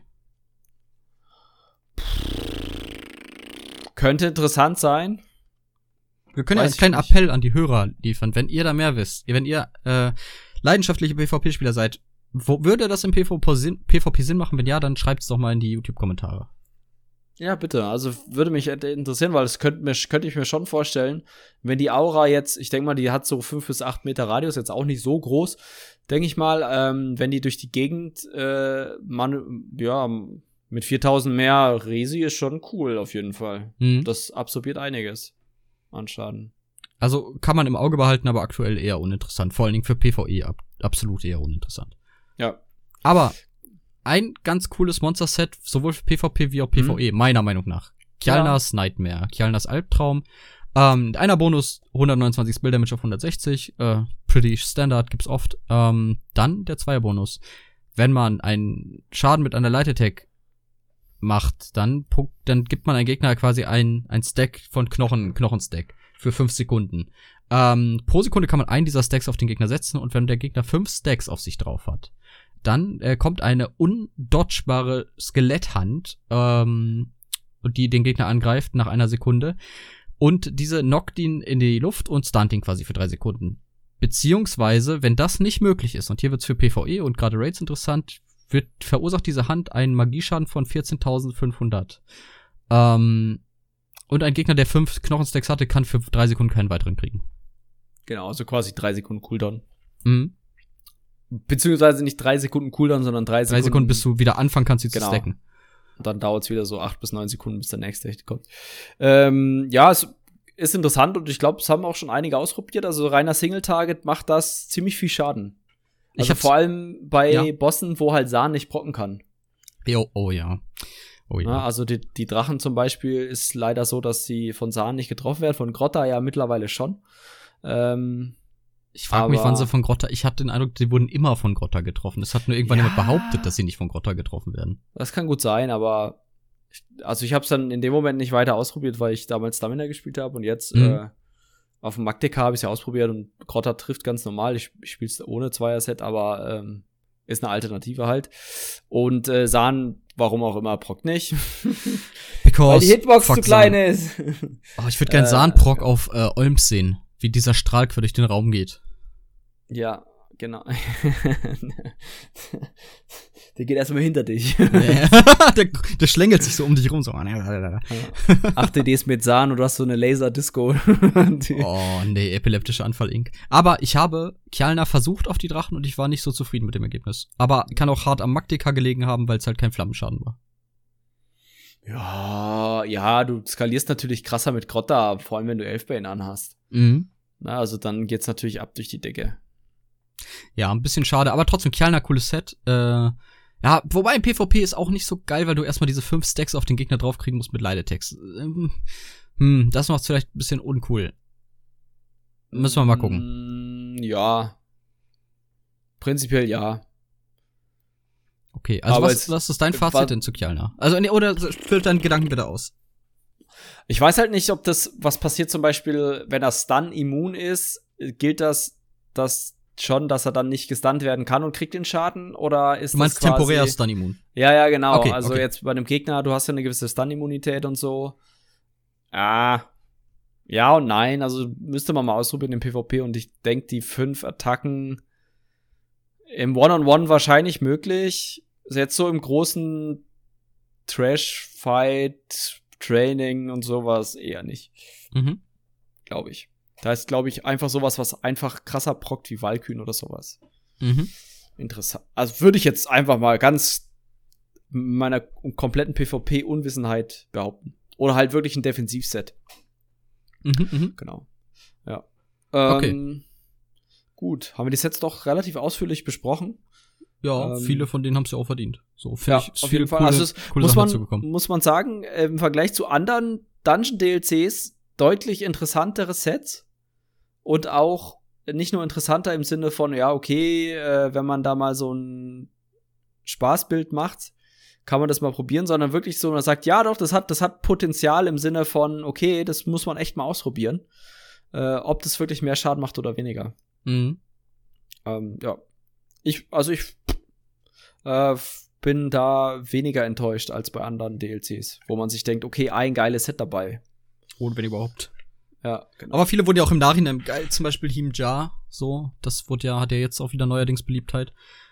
S2: Könnte interessant sein.
S1: Wir können ja
S2: Weiß
S1: einen kleinen
S2: ich nicht.
S1: Appell an die Hörer liefern, wenn ihr da mehr wisst. Wenn ihr äh, leidenschaftliche PvP-Spieler seid, Wo, würde das im PvP Sinn, PvP Sinn machen? Wenn ja, dann schreibt's doch mal in die YouTube-Kommentare.
S2: Ja, bitte. Also würde mich interessieren, weil das könnte mir, könnte ich mir schon vorstellen, wenn die Aura jetzt, ich denke mal, die hat so fünf bis acht Meter Radius, jetzt auch nicht so groß, denke ich mal, ähm, wenn die durch die Gegend, äh, man, ja, mit viertausend mehr Resi ist schon cool, auf jeden Fall. Mhm. Das absorbiert einiges an Schaden.
S1: Also kann man im Auge behalten, aber aktuell eher uninteressant. Vor allen Dingen für PvE ab, absolut eher uninteressant.
S2: Ja.
S1: Aber ein ganz cooles Monster-Set, sowohl für PvP wie auch PvE, mhm. meiner Meinung nach. Kjalnas ja. Nightmare, Kjalnas Albtraum. Ähm, einer Bonus, hundertneunundzwanzig Spill Damage auf hundertsechzig, äh, pretty standard, gibt's oft. Ähm, dann der Zweier-Bonus. Wenn man einen Schaden mit einer Light Attack macht, dann, dann gibt man einem Gegner quasi ein, ein Stack von Knochen, Knochenstack für fünf Sekunden. Ähm, pro Sekunde kann man einen dieser Stacks auf den Gegner setzen und wenn der Gegner fünf Stacks auf sich drauf hat, dann äh, kommt eine undodgebare Skeletthand, ähm, die den Gegner angreift nach einer Sekunde. Und diese knockt ihn in die Luft und stunt ihn quasi für drei Sekunden. Beziehungsweise, wenn das nicht möglich ist, und hier wird's für PvE und gerade Raids interessant, wird verursacht diese Hand einen Magieschaden von vierzehntausendfünfhundert. Ähm, und ein Gegner, der fünf Knochenstacks hatte, kann für drei Sekunden keinen weiteren kriegen.
S2: Genau, also quasi drei Sekunden Cooldown.
S1: Mhm.
S2: Beziehungsweise nicht drei Sekunden Cooldown, sondern drei Sekunden.
S1: Drei Sekunden, bis du wieder anfangen kannst, sie
S2: genau.
S1: zu stacken.
S2: Und dann dauert es wieder so acht bis neun Sekunden, bis der nächste echt kommt. Ähm, ja, es ist interessant und ich glaube, es haben auch schon einige ausprobiert. Also reiner Single-Target macht das ziemlich viel Schaden. Also
S1: ich hab's,
S2: vor allem bei
S1: ja.
S2: Bossen, wo halt Sahn nicht procken kann.
S1: Oh, oh ja. Oh ja.
S2: Ja, also die, die Drachen zum Beispiel ist leider so, dass sie von Sahn nicht getroffen werden. Von Grotta ja mittlerweile schon. Ähm,
S1: ich frage mich, wann sie von Grotta, ich hatte den Eindruck, die wurden immer von Grotta getroffen. Es hat nur irgendwann
S2: ja,
S1: jemand behauptet, dass sie nicht von Grotta getroffen werden.
S2: Das kann gut sein, aber ich, also ich habe es dann in dem Moment nicht weiter ausprobiert, weil ich damals Stamina gespielt habe und jetzt mhm. äh, auf dem Magdeka habe ich es ja ausprobiert und Grotta trifft ganz normal. Ich, ich spiele es ohne Zweier-Set, aber ähm, ist eine Alternative halt. Und äh, Sahn, warum auch immer, prockt nicht.
S1: Because
S2: weil die Hitbox zu klein
S1: Sahn.
S2: ist.
S1: Oh, ich würde gern äh, Sahn-Proc auf äh, Olms sehen, wie dieser Strahl quer durch den Raum geht.
S2: Ja, genau. Der geht erstmal hinter dich.
S1: der, der schlängelt sich so um dich rum. So.
S2: acht D Ds mit Sahn und du hast so eine Laser-Disco.
S1: Oh, nee, epileptischer Anfall, Ink. Aber ich habe Kjalna versucht auf die Drachen und ich war nicht so zufrieden mit dem Ergebnis. Aber kann auch hart am Magdeka gelegen haben, weil es halt kein Flammenschaden war.
S2: Ja, ja, du skalierst natürlich krasser mit Grotta, vor allem wenn du Elfbane anhast.
S1: Mhm.
S2: Na, also dann geht's natürlich ab durch die Decke.
S1: Ja, ein bisschen schade, aber trotzdem Kjalna, cooles Set. Äh, ja, wobei im PvP ist auch nicht so geil, weil du erstmal diese fünf Stacks auf den Gegner draufkriegen musst mit Light-Attacks. Ähm, hm, das macht's vielleicht ein bisschen uncool. Müssen wir mal gucken.
S2: Ja. Prinzipiell ja.
S1: Okay, also
S2: aber
S1: was, was ist dein Fazit denn zu Kjalna? Also, nee, oder füll deinen Gedanken bitte aus.
S2: Ich weiß halt nicht, ob das, was passiert zum Beispiel, wenn er Stun immun ist, gilt das, das schon, dass er dann nicht gestunt werden kann und kriegt den Schaden, oder ist
S1: du meinst
S2: das quasi
S1: temporär Stun-immun?
S2: Ja, ja, genau.
S1: Okay,
S2: also
S1: okay.
S2: jetzt bei einem Gegner, du hast ja eine gewisse Stun-Immunität und so. Ah, ja und nein. Also müsste man mal ausprobieren im PvP und ich denke, die fünf Attacken im One-on-One wahrscheinlich möglich. Jetzt so im großen Trash-Fight, Training und sowas eher nicht.
S1: Mhm.
S2: Glaube ich. Da ist, glaube ich, einfach sowas, was einfach krasser prockt wie Valkyn oder sowas.
S1: Mhm.
S2: Interessant. Also würde ich jetzt einfach mal ganz meiner kompletten PvP-Unwissenheit behaupten. Oder halt wirklich ein Defensivset.
S1: Mhm, mhm.
S2: Genau. Ja. Ähm,
S1: okay.
S2: Gut, haben wir die Sets doch relativ ausführlich besprochen.
S1: Ja, ähm, viele von denen haben es ja auch verdient. So,
S2: ja,
S1: ich,
S2: auf jeden Fall.
S1: Coole,
S2: also es
S1: coole
S2: muss,
S1: Sachen
S2: man, muss man sagen, äh, im Vergleich zu anderen Dungeon-D L Cs deutlich interessantere Sets. Und auch nicht nur interessanter im Sinne von, ja, okay, äh, wenn man da mal so ein Spaßbild macht, kann man das mal probieren, sondern wirklich so, man sagt, ja doch, das hat, das hat Potenzial im Sinne von, okay, das muss man echt mal ausprobieren, äh, ob das wirklich mehr Schaden macht oder weniger.
S1: Mhm.
S2: Ähm, ja. Ich, also ich äh, bin da weniger enttäuscht als bei anderen D L Cs, wo man sich denkt, okay, ein geiles Set dabei.
S1: Oder wenn überhaupt.
S2: Ja, genau.
S1: Aber viele wurden ja auch im Nachhinein geil, zum Beispiel Him Jar, so, das wurde ja, hat ja jetzt auch wieder neuerdings Beliebtheit.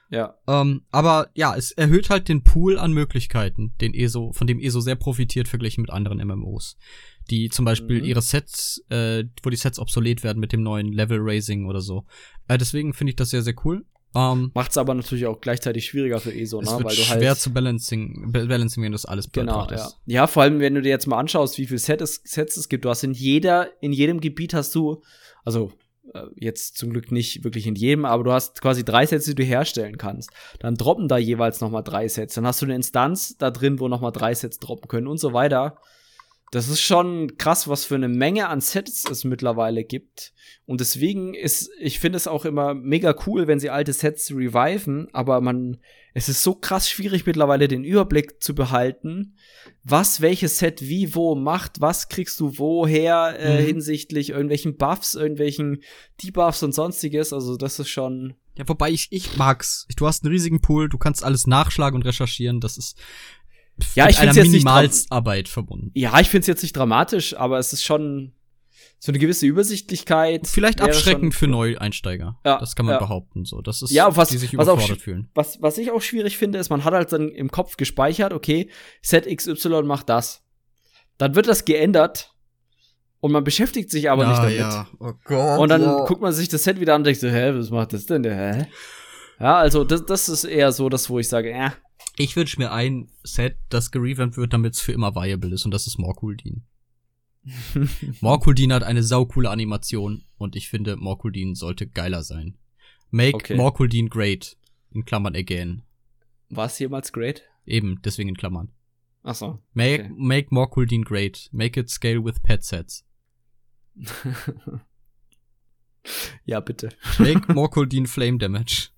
S2: Ja.
S1: Ähm, aber ja, es erhöht halt den Pool an Möglichkeiten, den E S O, von dem E S O sehr profitiert verglichen mit anderen M M Os. Die zum Beispiel mhm. ihre Sets, äh, wo die Sets obsolet werden mit dem neuen Level-Raising oder so. Äh, deswegen finde ich das sehr, sehr cool. Um,
S2: Macht's aber natürlich auch gleichzeitig schwieriger für E S O, ne?
S1: Es wird
S2: Weil du
S1: schwer
S2: halt
S1: zu balancing, balancing, wenn das alles
S2: genau,
S1: ist.
S2: Ja. ja, vor allem, wenn du dir jetzt mal anschaust, wie viele Set es, Sets es gibt. Du hast in jeder, in jedem Gebiet hast du, also äh, jetzt zum Glück nicht wirklich in jedem, aber du hast quasi drei Sets, die du herstellen kannst. Dann droppen da jeweils noch mal drei Sets. Dann hast du eine Instanz da drin, wo noch mal drei Sets droppen können und so weiter. Das ist schon krass, was für eine Menge an Sets es mittlerweile gibt. Und deswegen ist, ich finde es auch immer mega cool, wenn sie alte Sets reviven, aber man, es ist so krass schwierig mittlerweile den Überblick zu behalten, was welches Set wie wo macht, was kriegst du woher äh, mhm. hinsichtlich irgendwelchen Buffs, irgendwelchen Debuffs und sonstiges. Also das ist schon.
S1: Ja, wobei ich, ich mag's. Du hast einen riesigen Pool, du kannst alles nachschlagen und recherchieren, das ist
S2: ja, ich finde es jetzt nicht
S1: Minimalstarbeit verbunden.
S2: Ja, ich finde es jetzt nicht dramatisch, aber es ist schon so eine gewisse Übersichtlichkeit.
S1: Vielleicht abschreckend für Neueinsteiger. Ja, das kann man ja. behaupten. So, das ist,
S2: ja, was,
S1: die sich
S2: was
S1: überfordert
S2: auch,
S1: fühlen.
S2: Was, was ich auch schwierig finde, ist, man hat halt dann im Kopf gespeichert, okay, Set X Y macht das. Dann wird das geändert und man beschäftigt sich aber
S1: ja,
S2: nicht damit.
S1: Ja. Oh Gott,
S2: und dann
S1: ja.
S2: guckt man sich das Set wieder an und denkt so, hä, was macht das denn? Hä? Ja, also das, das ist eher so das, wo ich sage, ja.
S1: Ich wünsche mir ein Set, das gerevamped wird, damit es für immer viable ist, und das ist Morkuldin. Morkuldin hat eine saukoole Animation und ich finde, Morkuldin sollte geiler sein. Make okay. Morkuldin great. In Klammern again.
S2: War es jemals great?
S1: Eben, deswegen in Klammern.
S2: Ach so.
S1: Make,
S2: okay.
S1: make Morkuldin great. Make it scale with pet sets.
S2: Ja, bitte.
S1: Make Morkuldin flame damage.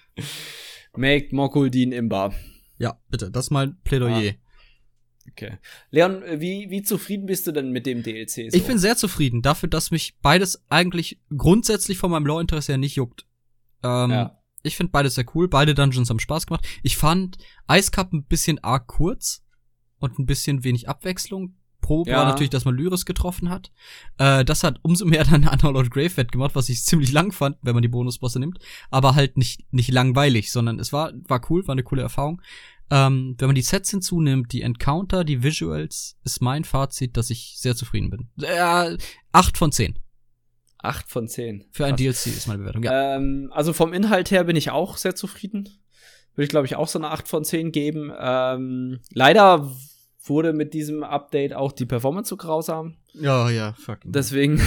S2: Make Morkuldin imbar.
S1: Ja, bitte, das ist mein Plädoyer.
S2: Ah. Okay. Leon, wie, wie zufrieden bist du denn mit dem D L C? So?
S1: Ich bin sehr zufrieden, dafür, dass mich beides eigentlich grundsätzlich von meinem Lore-Interesse her nicht juckt. Ähm, ja. Ich finde beides sehr cool, beide Dungeons haben Spaß gemacht. Ich fand Ice Cup ein bisschen arg kurz und ein bisschen wenig Abwechslung. Pro ja. war natürlich, dass man Lyris getroffen hat. Äh, das hat umso mehr dann Unhallowed Grave wettgemacht, was ich ziemlich lang fand, wenn man die Bonusbosse nimmt. Aber halt nicht nicht langweilig, sondern es war war cool, war eine coole Erfahrung. Ähm, wenn man die Sets hinzunimmt, die Encounter, die Visuals, ist mein Fazit, dass ich sehr zufrieden bin. Äh, acht von zehn.
S2: Acht von zehn.
S1: Für ein Krass. D L C ist meine Bewertung, ja.
S2: Ähm, also vom Inhalt her bin ich auch sehr zufrieden. Würde ich, glaube ich, auch so eine acht von zehn geben. Ähm, leider wurde mit diesem Update auch die Performance so grausam.
S1: Ja, ja, fucking.
S2: Deswegen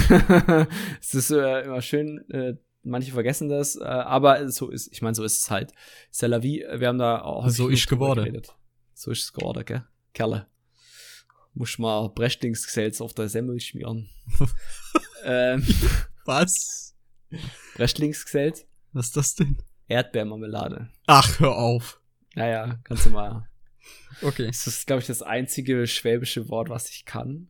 S2: es ist äh, immer schön, äh, manche vergessen das, äh, aber so ist, ich meine, so ist es halt. C'est la vie, wir haben da auch
S1: so ist geworden.
S2: Geredet. So ist es geworden, gell? Kerle. Muss mal Brechtlingsgeselz auf der Semmel schmieren. ähm,
S1: Was?
S2: Brechtlingsgeselz?
S1: Was ist das denn?
S2: Erdbeermarmelade.
S1: Ach, hör auf.
S2: Naja, kannst du mal.
S1: Okay.
S2: Das ist, glaube ich, das einzige schwäbische Wort, was ich kann.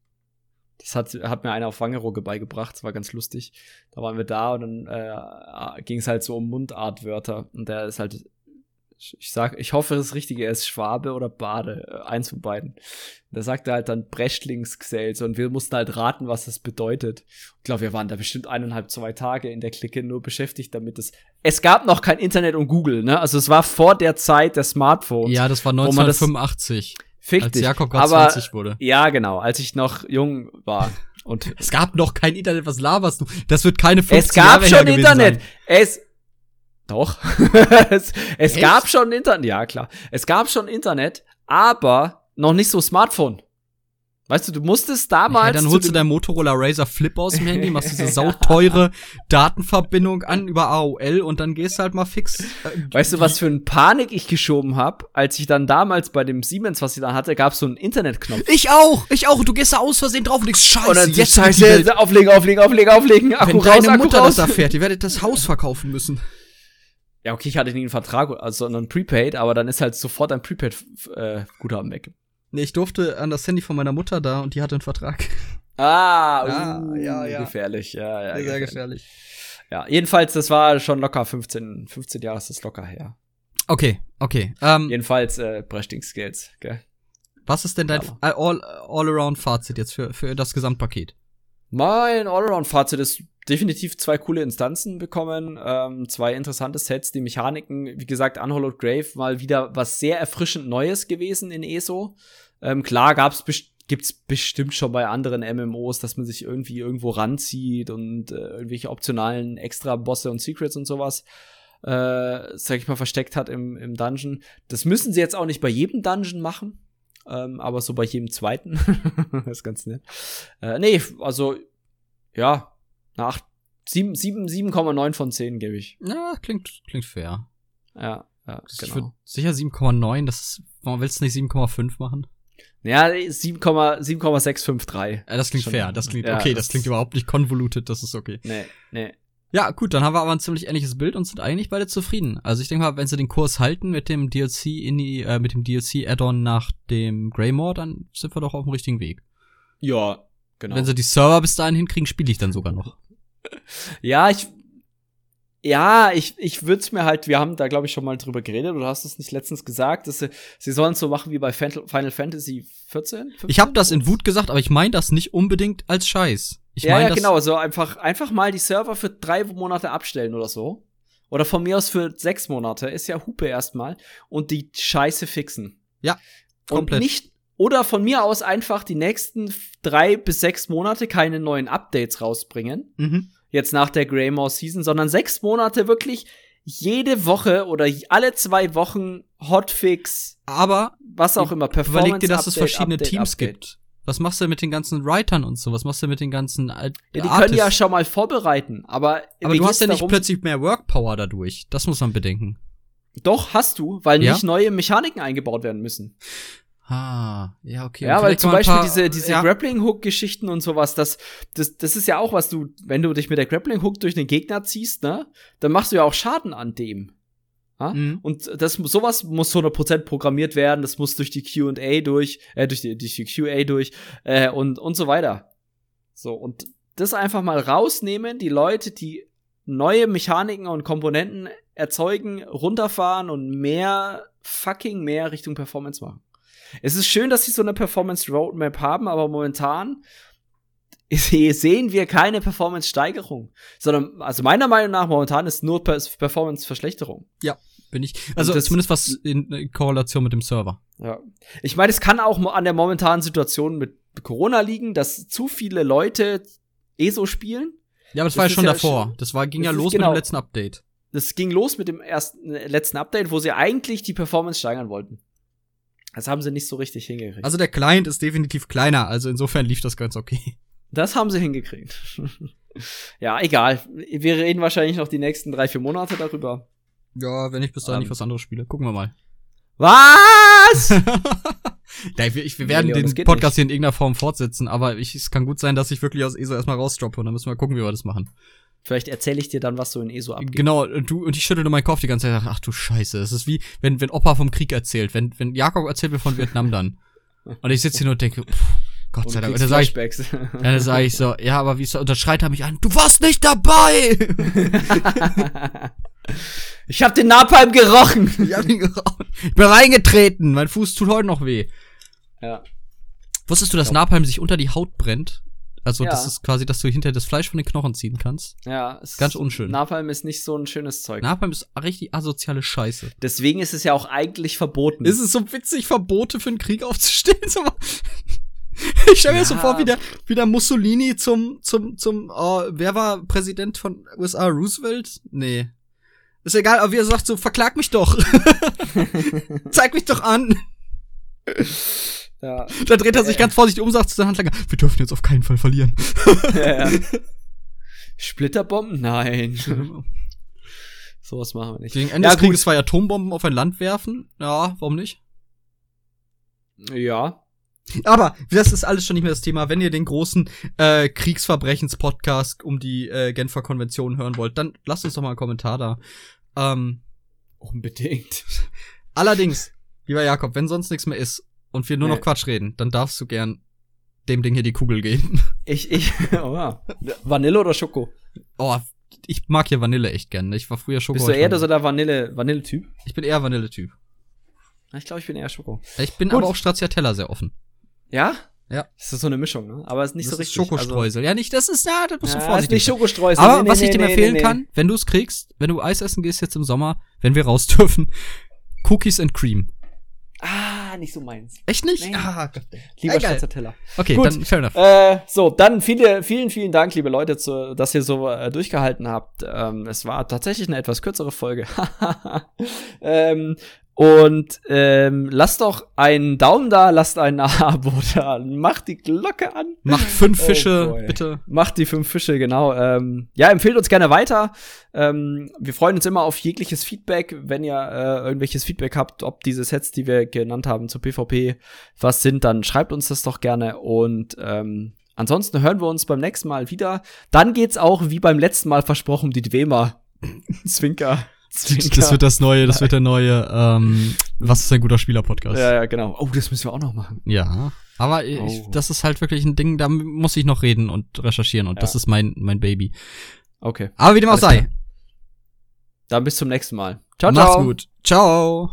S2: Das hat, hat mir einer auf Wangerooge beigebracht, das war ganz lustig. Da waren wir da und dann äh, ging es halt so um Mundartwörter. Und der ist halt, ich sag, ich hoffe, das Richtige, er ist Schwabe oder Bade, eins von beiden. Da sagte halt dann Brechtlingsgeselz und wir mussten halt raten, was das bedeutet. Ich glaube, wir waren da bestimmt eineinhalb, zwei Tage in der Clique nur beschäftigt damit. Es, es gab noch kein Internet und Google, ne? Also es war vor der Zeit der Smartphones.
S1: Ja, das war neunzehnhundertfünfundachtzig.
S2: Fick
S1: als
S2: dich.
S1: Jakob gerade zwanzig wurde.
S2: Ja, genau, als ich noch jung war. Und
S1: es gab noch kein Internet, was laberst du? Das wird keine fünfzig
S2: Jahre her gewesen sein. Es gab schon Internet.
S1: Sein.
S2: Es Doch. es es gab schon Internet. Ja, klar. Es gab schon Internet, aber noch nicht so Smartphone. Weißt du, du musstest damals.
S1: Ja, dann holst du dein Motorola Razr Flip aus dem Handy, machst diese sauteure Datenverbindung an über A O L und dann gehst du halt mal fix.
S2: Äh, weißt du, was für eine Panik ich geschoben habe, als ich dann damals bei dem Siemens, was ich da hatte, gab es so einen Internetknopf.
S1: Ich auch, ich auch. Du gehst da aus Versehen drauf und denkst, scheiße,
S2: und dann
S1: jetzt
S2: scheiße, auflegen, auflegen, auflegen, auflegen. Akku
S1: Wenn
S2: raus,
S1: deine
S2: Akku
S1: Mutter
S2: raus.
S1: das erfährt, ihr werdet das Haus verkaufen müssen.
S2: Ja, okay, ich hatte nie einen Vertrag, also sondern Prepaid, aber dann ist halt sofort ein Prepaid-Guthaben äh, weg.
S1: Nee, ich durfte an das Handy von meiner Mutter da und die hatte einen Vertrag.
S2: Ah,
S1: ah
S2: uh,
S1: ja, ja.
S2: Gefährlich, ja, ja.
S1: Sehr
S2: gefährlich.
S1: gefährlich.
S2: Ja, jedenfalls, das war schon locker fünfzehn, fünfzehn Jahre ist das locker her.
S1: Okay, okay. Ähm,
S2: jedenfalls, äh, Brechtlingsgeselz, gell?
S1: Was ist denn dein all, all-around-Fazit jetzt für, für das Gesamtpaket?
S2: Mein Allround-Fazit ist, definitiv zwei coole Instanzen bekommen, ähm, zwei interessante Sets, die Mechaniken, wie gesagt, Unhallowed Grave mal wieder was sehr erfrischend Neues gewesen in E S O. Ähm, klar gab's best- gibt's bestimmt schon bei anderen M M Os, dass man sich irgendwie irgendwo ranzieht und äh, irgendwelche optionalen Extra-Bosse und Secrets und sowas, äh, sag ich mal, versteckt hat im, im Dungeon. Das müssen sie jetzt auch nicht bei jedem Dungeon machen, ähm, aber so bei jedem zweiten. Das ist ganz nett. Äh, nee, also, ja, nach sieben Komma neun von zehn gebe ich.
S1: Ja, klingt, klingt fair.
S2: Ja, ja,
S1: Ich
S2: genau.
S1: würd sicher sieben Komma neun, das ist, warum willst du nicht sieben Komma fünf machen?
S2: Ja, sieben Komma sechs fünf drei.
S1: Ja, das klingt
S2: Schon,
S1: fair, das klingt
S2: ja,
S1: okay,
S2: das-
S1: das klingt überhaupt nicht convoluted, das ist okay.
S2: Nee, nee.
S1: Ja, gut, dann haben wir aber ein ziemlich ähnliches Bild und sind eigentlich beide zufrieden. Also ich denke mal, wenn sie den Kurs halten mit dem D L C in die, äh, mit dem D L C-Add-on nach dem Greymore, dann sind wir doch auf dem richtigen Weg.
S2: Ja, genau.
S1: Wenn sie die Server bis dahin hinkriegen, spiele ich dann sogar noch.
S2: Ja, ich Ja, ich, ich würde es mir halt, wir haben da, glaube ich, schon mal drüber geredet, du hast es nicht letztens gesagt, dass sie, sie sollen es so machen wie bei Fan- Final Fantasy vierzehn? fünfzehn?
S1: Ich habe das in Wut gesagt, aber ich meine das nicht unbedingt als Scheiß. Ich
S2: ja,
S1: mein
S2: ja,
S1: das,
S2: genau, so einfach, einfach mal die Server für drei Monate abstellen oder so. Oder von mir aus für sechs Monate, ist ja Hupe erstmal, und die Scheiße fixen.
S1: Ja,
S2: und
S1: komplett.
S2: nicht, oder von mir aus einfach die nächsten drei bis sechs Monate keine neuen Updates rausbringen.
S1: Mhm.
S2: Jetzt nach der Greymore Season, sondern sechs Monate wirklich jede Woche oder alle zwei Wochen Hotfix,
S1: Aber
S2: was auch immer, Performance
S1: überleg dir, dass es
S2: Update,
S1: verschiedene
S2: Update,
S1: Teams
S2: Update.
S1: gibt. Was machst du mit den ganzen Writern und so? Was machst du mit den ganzen Alt-
S2: Ja, die
S1: Artists?
S2: können ja schon mal vorbereiten, aber
S1: Aber
S2: mir
S1: du hast
S2: geht's
S1: ja nicht
S2: darum-
S1: plötzlich mehr Workpower dadurch. Das muss man bedenken.
S2: Doch, hast du, weil
S1: Ja?
S2: nicht neue Mechaniken eingebaut werden müssen.
S1: Ah, ja, okay.
S2: Ja,
S1: Und
S2: weil
S1: vielleicht
S2: zum
S1: kann man
S2: Beispiel
S1: ein paar-
S2: diese, diese
S1: ja,
S2: Grappling-Hook-Geschichten und sowas, das, das, das ist ja auch, was du, wenn du dich mit der Grappling-Hook durch den Gegner ziehst, ne, dann machst du ja auch Schaden an dem. Ja?
S1: Mhm.
S2: Und das, sowas muss hundert Prozent programmiert werden, das muss durch die Q und A durch, äh, durch die, durch die Q A durch, äh, und, und so weiter. So, und das einfach mal rausnehmen, die Leute, die neue Mechaniken und Komponenten erzeugen, runterfahren und mehr, fucking mehr Richtung Performance machen. Es ist schön, dass sie so eine Performance-Roadmap haben, aber momentan sehen wir keine Performance-Steigerung. Sondern, also meiner Meinung nach, momentan ist nur Per- Performance-Verschlechterung.
S1: Ja, bin ich. Also
S2: das-
S1: zumindest was in, in Korrelation mit dem Server.
S2: Ja. Ich meine, es kann auch mo- an der momentanen Situation mit Corona liegen, dass zu viele Leute E S O spielen.
S1: Ja, aber das,
S2: Das
S1: war ja
S2: ist
S1: schon
S2: ja
S1: davor.
S2: schon-
S1: Das war, ging
S2: das
S1: ja
S2: ist
S1: los
S2: genau-
S1: mit dem letzten Update.
S2: Das ging los mit dem ersten, äh, letzten Update, wo sie eigentlich die Performance steigern wollten. Das haben sie nicht so richtig hingekriegt.
S1: Also der Client ist definitiv kleiner, also insofern lief das ganz okay.
S2: Das haben sie hingekriegt. Ja, egal. Wir reden wahrscheinlich noch die nächsten drei, vier Monate darüber.
S1: Ja, wenn ich bis dahin
S2: Ähm.
S1: nicht was anderes spiele. Gucken wir mal.
S2: Was?
S1: Nein, wir, ich, wir werden
S2: Leon, das
S1: den
S2: geht
S1: Podcast
S2: nicht.
S1: hier in irgendeiner Form fortsetzen, aber ich, es kann gut sein, dass ich wirklich aus E S O erstmal rausdroppe und dann müssen wir gucken, wie wir das machen.
S2: Vielleicht erzähle ich dir dann, was so in E S O abgeht.
S1: Genau, und du, und ich schüttel nur meinen Kopf die ganze Zeit, ach du Scheiße, es ist wie, wenn, wenn Opa vom Krieg erzählt, wenn, wenn Jakob erzählt mir von Vietnam dann. Und ich sitze hier nur und denke, pff, Gott
S2: Und
S1: sei
S2: du
S1: Dank. Und
S2: kriegst
S1: dann sag ich,
S2: Flashbacks.
S1: ja, dann sag ich so, ja, aber wie ist das? Und dann schreit er mich an, du warst nicht dabei!
S2: Ich hab den Napalm gerochen.
S1: ich hab ihn geraucht. Ich bin reingetreten, mein Fuß tut heute noch weh.
S2: Ja.
S1: Wusstest du, dass
S2: Ja.
S1: Napalm sich unter die Haut brennt? Also,
S2: Ja.
S1: das ist quasi, dass du hinterher das Fleisch von den Knochen ziehen kannst.
S2: Ja, es
S1: Ganz unschön.
S2: Napalm ist nicht so ein schönes Zeug.
S1: Napalm ist richtig asoziale Scheiße.
S2: Deswegen ist es ja auch eigentlich verboten.
S1: Ist es so witzig, Verbote für einen Krieg aufzustellen? So, ich stell mir
S2: Ja.
S1: so vor, wie der, wie der Mussolini zum, zum, zum, oh, wer war Präsident von U S A? Roosevelt? Nee. Ist egal, aber wie er sagt so, verklag mich doch. Zeig mich doch an.
S2: Ja.
S1: Da dreht er sich
S2: Äh.
S1: ganz vorsichtig um, sagt zu seinem Handlanger, wir dürfen jetzt auf keinen Fall verlieren.
S2: Ja, ja. Splitterbomben? Nein. Sowas machen wir nicht.
S1: Gegen Ende
S2: Ja,
S1: des Krieges
S2: gut.
S1: zwei Atombomben auf ein Land werfen? Ja, warum nicht?
S2: Ja.
S1: Aber das ist alles schon nicht mehr das Thema. Wenn ihr den großen äh, Kriegsverbrechens-Podcast um die äh, Genfer Konvention hören wollt, dann lasst uns doch mal einen Kommentar da. Ähm,
S2: Unbedingt.
S1: allerdings, lieber Jakob, wenn sonst nichts mehr ist und wir nur
S2: Nee.
S1: noch Quatsch reden, dann darfst du gern dem Ding hier die Kugel geben.
S2: Ich, ich, oh ja. Vanille oder Schoko?
S1: Oh, ich mag hier Vanille echt gern. Ich war früher Schoko.
S2: Bist du
S1: ich
S2: eher
S1: war-
S2: so der Vanille, Vanille-Typ?
S1: Ich bin eher Vanille-Typ.
S2: Ich glaube, ich bin eher Schoko.
S1: Ich bin
S2: Gut.
S1: aber auch Stracciatella sehr offen.
S2: Ja?
S1: Ja.
S2: Das ist so eine Mischung, ne? Aber es ist nicht
S1: das
S2: so
S1: ist
S2: richtig.
S1: Schokostreusel. Also, ja, nicht, das ist, ja, das musst du
S2: ja,
S1: vorsichtig
S2: ist nicht Schokostreusel.
S1: Aber
S2: nee,
S1: was
S2: nee,
S1: ich dir
S2: nee,
S1: empfehlen
S2: nee,
S1: kann, wenn du es kriegst, wenn du Eis essen gehst jetzt im Sommer, wenn wir raus dürfen, Cookies and Cream.
S2: Ah, nicht so meins.
S1: Echt nicht?
S2: Nee.
S1: Ah, Gott.
S2: Lieber
S1: Egal.
S2: Stracciatella.
S1: Okay,
S2: Gut.
S1: dann fair enough.
S2: Äh, so, dann viele, vielen, vielen Dank, liebe Leute, zu, dass ihr so äh, durchgehalten habt. Ähm, es war tatsächlich eine etwas kürzere Folge. ähm, und ähm, lasst doch einen Daumen da, lasst ein Abo da, macht die Glocke an.
S1: Macht fünf Fische,
S2: Oh boy.
S1: bitte.
S2: Macht die fünf Fische, genau. Ähm, ja, empfehlt uns gerne weiter. Ähm, wir freuen uns immer auf jegliches Feedback, wenn ihr äh, irgendwelches Feedback habt, ob diese Sets, die wir genannt haben zu PvP, was sind, dann schreibt uns das doch gerne. Und ähm, ansonsten hören wir uns beim nächsten Mal wieder. Dann geht's auch, wie beim letzten Mal versprochen, die Dwemer. Zwinker. Zwinker.
S1: Das wird das neue, das wird der neue, ähm, was ist ein guter Spieler-Podcast?
S2: Ja, ja, genau. Oh, das müssen wir auch noch machen.
S1: Ja. Aber ich,
S2: Oh.
S1: das ist halt wirklich ein Ding, da muss ich noch reden und recherchieren und
S2: Ja.
S1: das ist mein, mein Baby.
S2: Okay.
S1: Aber wie dem auch
S2: Alles
S1: sei.
S2: klar. Dann bis zum nächsten Mal. Ciao,
S1: Macht's
S2: ciao.
S1: gut. Ciao.